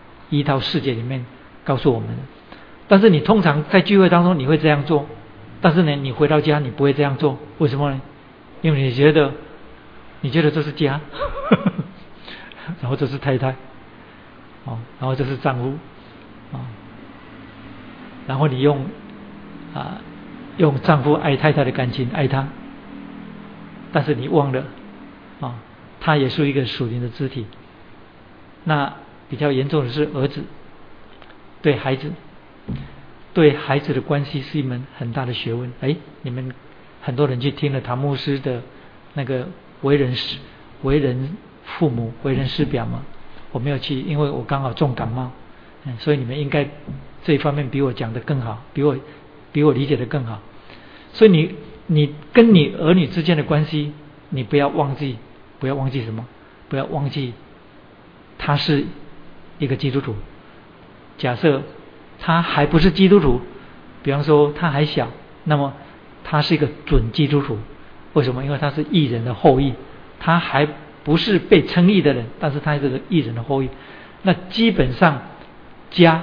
1到4节里面告诉我们的。但是你通常在聚会当中你会这样做，但是呢你回到家你不会这样做。为什么呢？因为你觉得这是家然后这是太太然后这是丈夫然后你用用丈夫爱太太的感情爱他，但是你忘了他也是一个属灵的肢体。那比较严重的是儿子对孩子的关系是一门很大的学问。你们很多人去听了唐牧师的那个为人父母为人师表嘛？我没有去，因为我刚好重感冒，所以你们应该这一方面比我讲得更好，比我理解得更好。所以你跟你儿女之间的关系，你不要忘记什么？不要忘记他是一个基督徒。假设他还不是基督徒，比方说他还小，那么他是一个准基督徒。为什么？因为他是义人的后裔，他还不是被称义的人，但是他是个义人的后裔。那基本上家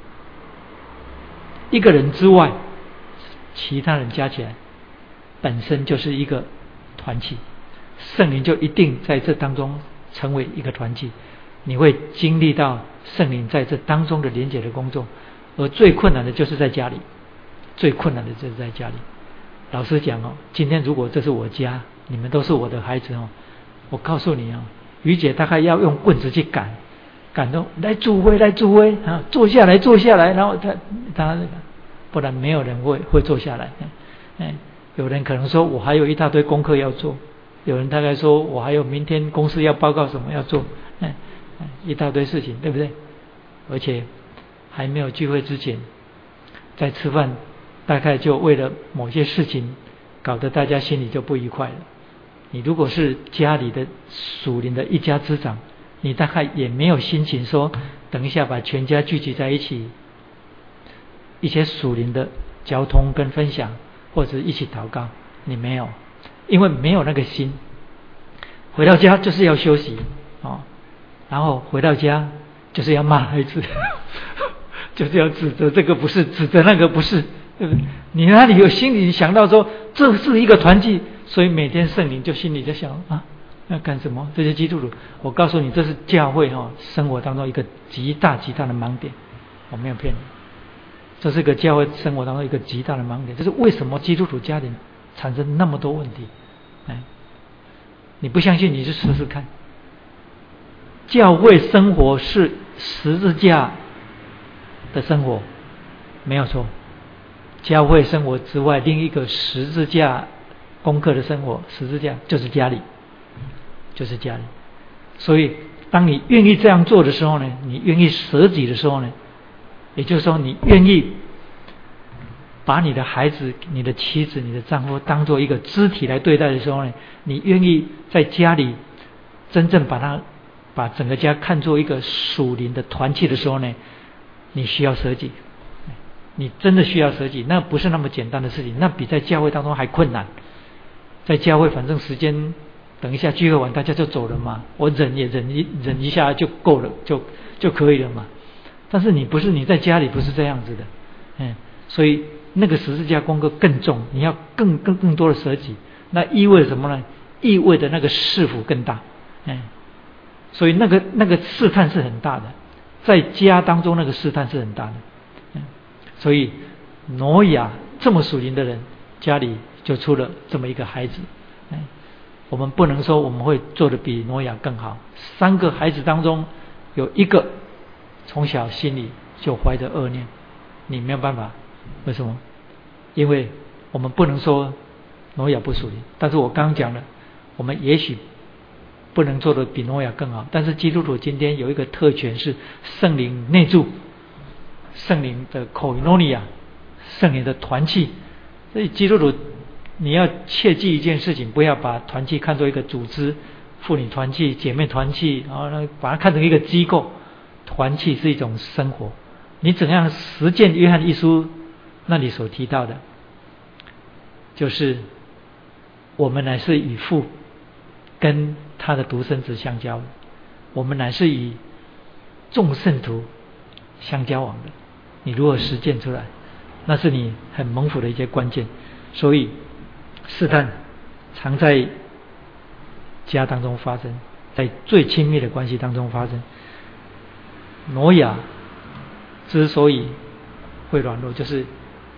一个人之外，其他人加起来本身就是一个团契，圣灵就一定在这当中成为一个团契。你会经历到圣灵在这当中的连结的工作，而最困难的就是在家里，老实讲今天如果这是我家，你们都是我的孩子我告诉你于姐大概要用棍子去赶到来主会坐下来，然后他不然没有人会坐下来。有人可能说我还有一大堆功课要做，有人大概说我还有明天公司要报告什么要做，一大堆事情，对不对？而且还没有聚会之前，在吃饭大概就为了某些事情搞得大家心里就不愉快了。你如果是家里的属灵的一家之长，你大概也没有心情说等一下把全家聚集在一起，一些属灵的交通跟分享，或者一起祷告，你没有，因为没有那个心。回到家就是要休息然后回到家就是要骂孩子就是要指责这个不是，指责那个不是，对不对？你哪里有心里想到说这是一个团契？所以每天圣灵就心里就想要干什么？这些基督徒，我告诉你，这是教会生活当中一个极大的盲点，我没有骗你，这是个教会生活当中一个极大的盲点。就是为什么基督徒家庭产生那么多问题？你不相信你就试试看。教会生活是十字架的生活，没有错。教会生活之外，另一个十字架功课的生活，十字架就是家里。所以当你愿意这样做的时候呢，你愿意舍己的时候呢，也就是说你愿意把你的孩子、你的妻子、你的丈夫当作一个肢体来对待的时候呢，你愿意在家里真正把整个家看作一个属灵的团契的时候呢，你需要舍己，你真的需要舍己。那不是那么简单的事情，那比在教会当中还困难。在教会反正时间等一下聚会完大家就走了嘛，我忍一下就够了，就可以了嘛。但是你在家里不是这样子的，所以那个十字架功课更重，你要更多的舍己。那意味着什么呢？意味着那个试辅更大，所以那个试探是很大的，在家当中那个试探是很大的。所以挪亚这么属灵的人，家里就出了这么一个孩子。我们不能说我们会做得比挪亚更好。3个孩子当中有一个从小心里就怀着恶念，你没有办法。为什么？因为我们不能说挪亚不属灵，但是我刚刚讲了，我们也许不能做得比挪亚更好。但是基督徒今天有一个特权，是圣灵内住，圣灵的koinonia，圣灵的团契。所以基督徒你要切记一件事情，不要把团契看作一个组织，妇女团契、姐妹团契，然后把它看成一个机构。团契是一种生活，你怎样实践约翰一书那里所提到的，就是我们乃是与父跟他的独生子相交的，我们乃是与众圣徒相交往的。你如何实践出来，那是你很蒙福的一些关键。所以试探常在家当中发生，在最亲密的关系当中发生。挪亚之所以会软弱，就是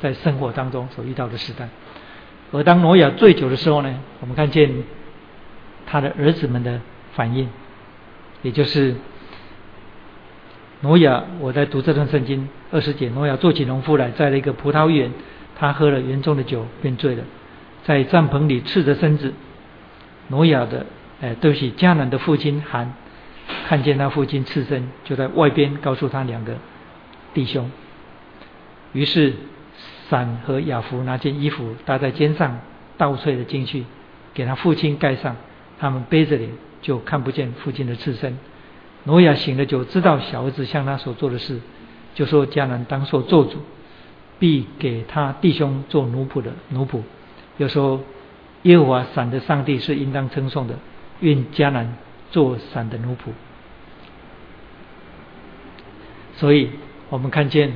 在生活当中所遇到的时代。而当挪亚醉酒的时候呢，我们看见他的儿子们的反应，也就是挪亚，我在读这段圣经20节，挪亚做起农夫来，在了一个葡萄园，他喝了园中的酒，便醉了，在帐篷里赤着身子。挪亚的迦南的父亲含看见他父亲赤身，就在外边告诉他2个弟兄。于是闪和雅弗拿件衣服搭在肩上，倒退了进去，给他父亲盖上。他们背着脸，就看不见父亲的赤身。挪亚醒了酒，知道小儿子向他所做的事，就说迦南当作做主，必给他弟兄做奴仆的奴仆。又说耶和华闪的上帝是应当称颂的，愿迦南做闪的奴仆。所以我们看见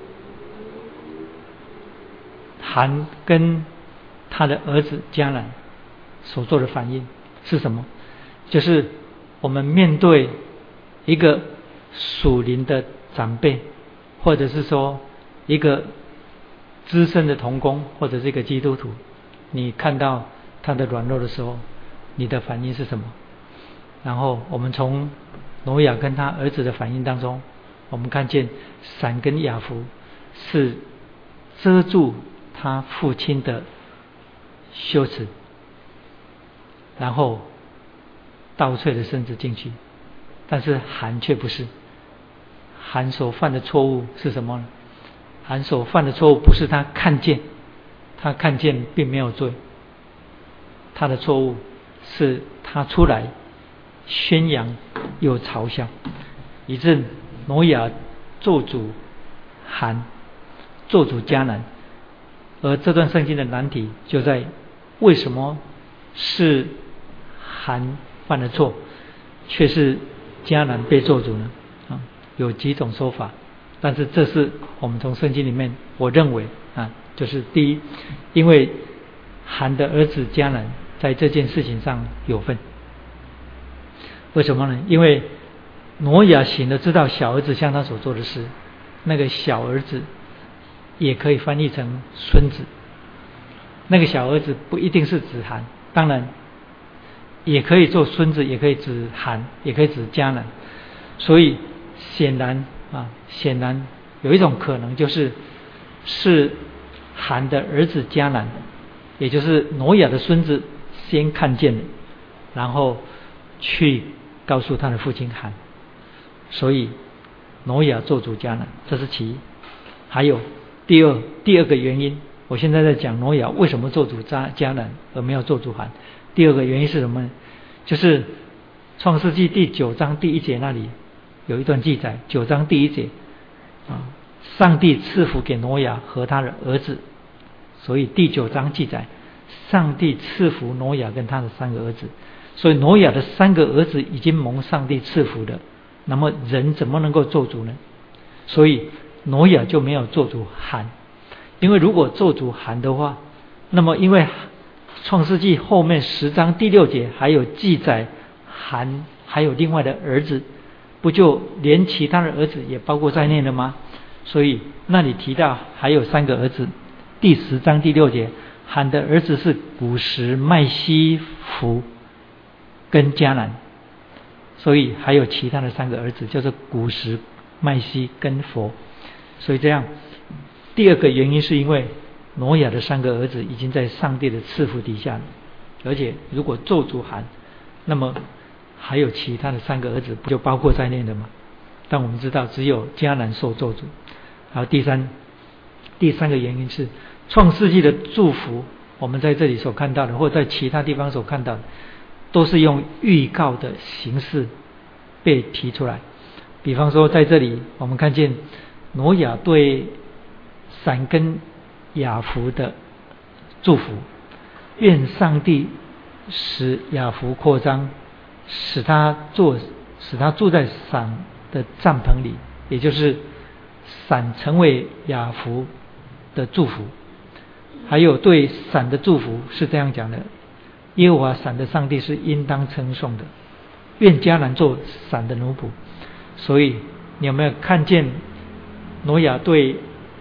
含跟他的儿子迦南所做的反应是什么？就是我们面对一个属灵的长辈，或者是说一个资深的同工，或者是一个基督徒，你看到他的软弱的时候，你的反应是什么？然后我们从挪亚跟他儿子的反应当中，我们看见闪跟雅弗是遮住他父亲的羞耻，然后倒退了身子进去。但是含却不是，含所犯的错误是什么呢？含所犯的错误不是他看见并没有罪，他的错误是他出来宣扬又嘲笑，以致挪亚咒诅含，咒诅迦南。而这段圣经的难题就在为什么是含犯了错，却是迦南被咒诅呢？有几种说法，但是这是我们从圣经里面我认为就是第一，因为含的儿子迦南在这件事情上有份。为什么呢？因为挪亚醒了，知道小儿子向他所做的事，那个小儿子也可以翻译成孙子，那个小儿子不一定是指含，当然也可以做孙子，也可以指含，也可以指迦南。所以显然有一种可能，是含的儿子迦南，也就是挪亚的孙子先看见了，然后去告诉他的父亲含，所以挪亚咒诅迦南，这是其一。还有第二个原因，我现在在讲挪亚为什么咒诅迦南而没有咒诅含。第二个原因是什么呢？就是创世纪第9章第1节那里有一段记载，9章第1节上帝赐福给挪亚和他的儿子，所以第9章记载上帝赐福挪亚跟他的3个儿子，所以挪亚的3个儿子已经蒙上帝赐福的，那么人怎么能够咒诅呢？所以挪亚就没有咒诅含。因为如果咒诅含的话，那么因为创世纪后面10章第6节还有记载含还有另外的儿子，不就连其他的儿子也包括在内了吗？所以那里提到还有3个儿子，第10章第6节含的儿子是古实、麦西弗跟迦南，所以还有其他的3个儿子，就是古实、麦西跟佛。所以这样第二个原因是因为挪亚的3个儿子已经在上帝的赐福底下了，而且如果咒诅含，那么还有其他的3个儿子不就包括在内了吗？但我们知道只有迦南受咒诅。然后第三个原因是创世纪的祝福，我们在这里所看到的或在其他地方所看到的都是用预告的形式被提出来。比方说在这里我们看见挪亚对闪跟雅弗的祝福，愿上帝使雅弗扩张，使他住在闪的帐篷里，也就是闪成为雅弗的祝福。还有对闪的祝福是这样讲的：耶和华闪的上帝是应当称颂的，愿迦南做闪的奴仆。所以你有没有看见挪亚对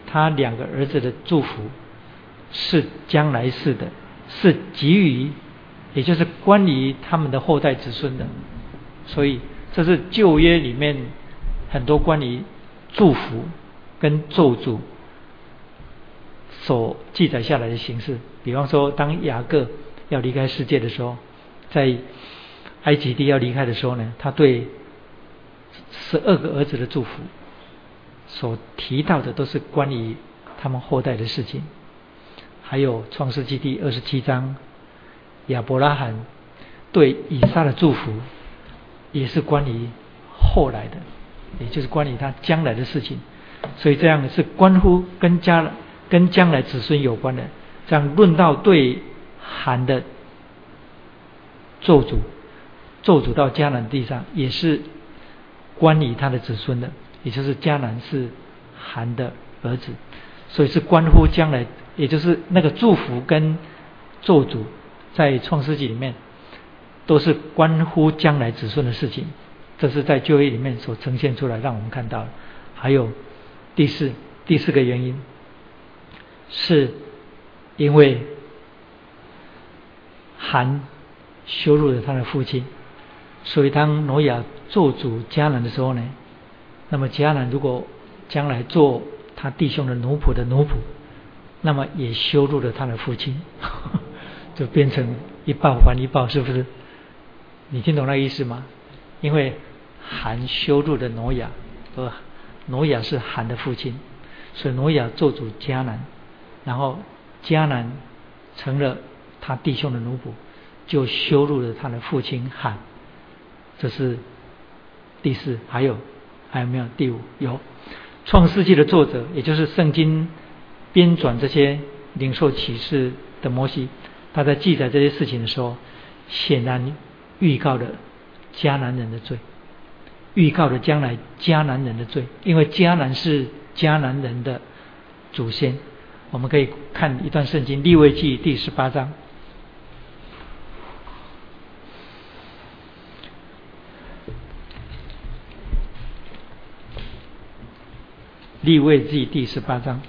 他2个儿子的祝福是将来世的，是给予，也就是关于他们的后代子孙的。所以这是旧约里面很多关于祝福跟咒诅所记载下来的形式。比方说，当雅各要离开世界的时候，在埃及地要离开的时候呢，他对12个儿子的祝福所提到的都是关于他们后代的事情。还有创世纪第27章，亚伯拉罕对以撒的祝福也是关于后来的，也就是关于他将来的事情。所以这样是关乎跟将来子孙有关的。这样论到对含的咒诅到迦南地上，也是关于他的子孙的，也就是迦南是含的儿子，所以是关乎将来，也就是那个祝福跟咒诅在创世纪里面都是关乎将来子孙的事情。这是在旧约里面所呈现出来让我们看到的。还有第四个原因，是因为含羞辱了他的父亲，所以当挪亚咒诅迦南的时候呢，那么迦南如果将来做他弟兄的奴仆，那么也羞辱了他的父亲就变成一报还一报，是不是？你听懂那意思吗？因为含羞辱的挪亚，而挪亚是含的父亲，所以挪亚咒诅迦南，然后迦南成了他弟兄的奴仆，就羞辱了他的父亲含。这是第4。还有没有第5？有。创世纪的作者，也就是圣经编纂这些领受启示的摩西，他在记载这些事情的时候，显然预告了迦南人的罪，预告了将来迦南人的罪，因为迦南是迦南人的祖先。我们可以看一段圣经，利未记第18章。利未记第18章。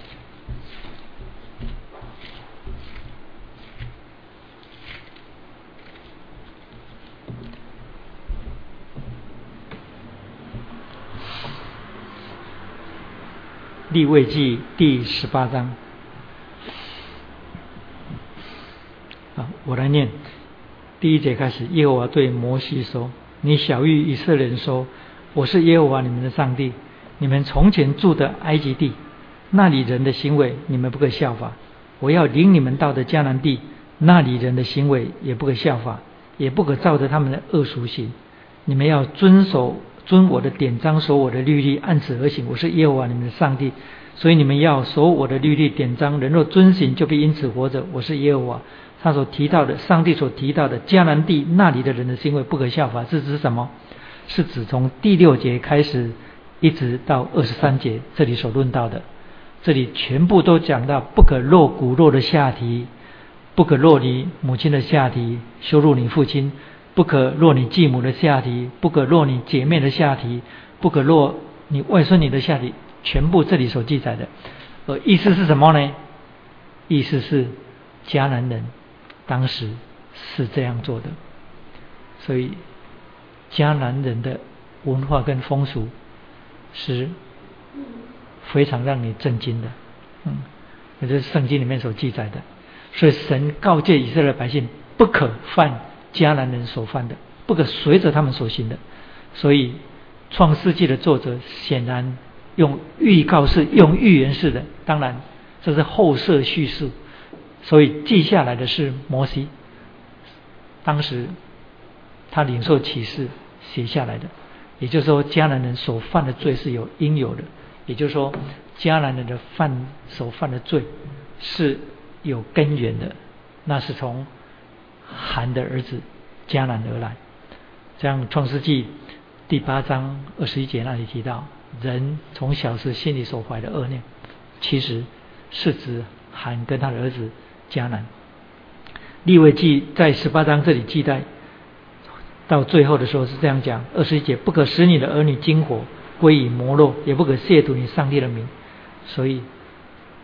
利未记第18章。我来念第1节开始。耶和华对摩西说：你晓谕以色列人说，我是耶和华你们的上帝，你们从前住的埃及地，那里人的行为你们不可效法。我要领你们到的迦南地，那里人的行为也不可效法，也不可照着他们的恶俗行。你们要遵我的典章，守我的律例，按此而行。我是耶和华你们的上帝，所以你们要守我的律例典章。人若遵行，就必因此活着。我是耶和华。他所提到的，上帝所提到的迦南地那里的人的行为不可效法，是指什么？是指从第6节开始一直到23节这里所论到的。这里全部都讲到不可露骨肉的下体，不可露你母亲的下体，羞辱你父亲，不可露你继母的下体，不可露你姐妹的下体，不可露你外孙女的下体，全部这里所记载的。意思是什么呢？意思是迦南人当时是这样做的，所以迦南人的文化跟风俗是非常让你震惊的。这是圣经里面所记载的。所以神告诫以色列百姓不可犯迦南人所犯的，不可随着他们所行的。所以创世纪的作者显然用预告式，用预言式的，当然这是后设叙述，所以记下来的是摩西当时他领受启示写下来的。也就是说迦南人所犯的罪是有应有的，也就是说迦南人的所犯的罪是有根源的，那是从含的儿子迦南而来。这样创世纪第8章21节那里提到，人从小时心里所怀的恶念，其实是指含跟他的儿子迦南。利未记在18章这里记载到最后的时候是这样讲，21节，不可使你的儿女经火归于摩洛，也不可亵渎你上帝的名。所以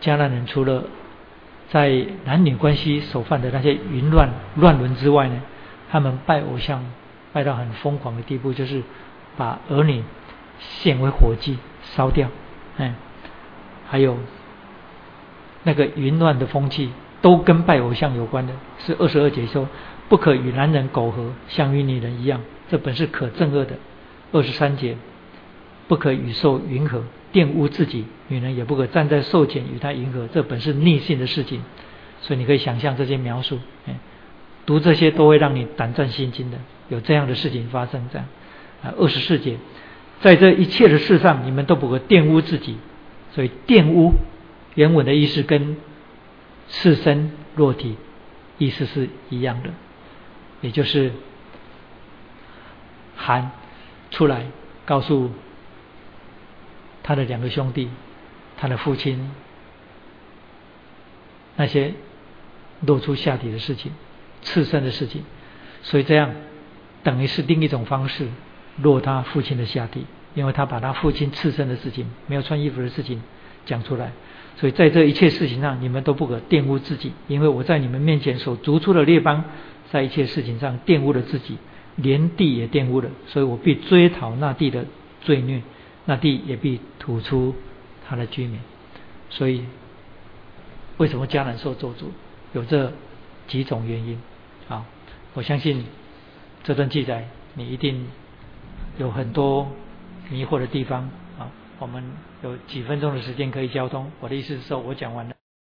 迦南人除了在男女关系所犯的那些淫乱乱伦之外呢，他们拜偶像拜到很疯狂的地步，就是把儿女献为火祭烧掉，还有那个淫乱的风气都跟拜偶像有关的。是22节说不可与男人苟合，像与女人一样，这本是可憎恶的。23节不可与兽淫合，玷污自己，女人也不可站在兽前与他淫合，这本是逆性的事情。所以你可以想象这些描述，读这些都会让你胆战心惊的，有这样的事情发生。这样24节在这一切的事上，你们都不可玷污自己。所以玷污原文的意思跟赤身裸体意思是一样的，也就是韩出来告诉他的2个兄弟，他的父亲那些露出下体的事情，赤身的事情，所以这样等于是另一种方式落他父亲的下体，因为他把他父亲赤身的事情，没有穿衣服的事情讲出来。所以在这一切事情上，你们都不可玷污自己，因为我在你们面前所逐出的列邦，在一切事情上玷污了自己，连地也玷污了，所以我必追讨那地的罪孽，那地也必吐出他的居民。所以为什么迦南受咒诅，有这几种原因。我相信这段记载你一定有很多迷惑的地方。我们有几分钟的时间可以交通，我的意思是说我讲完了。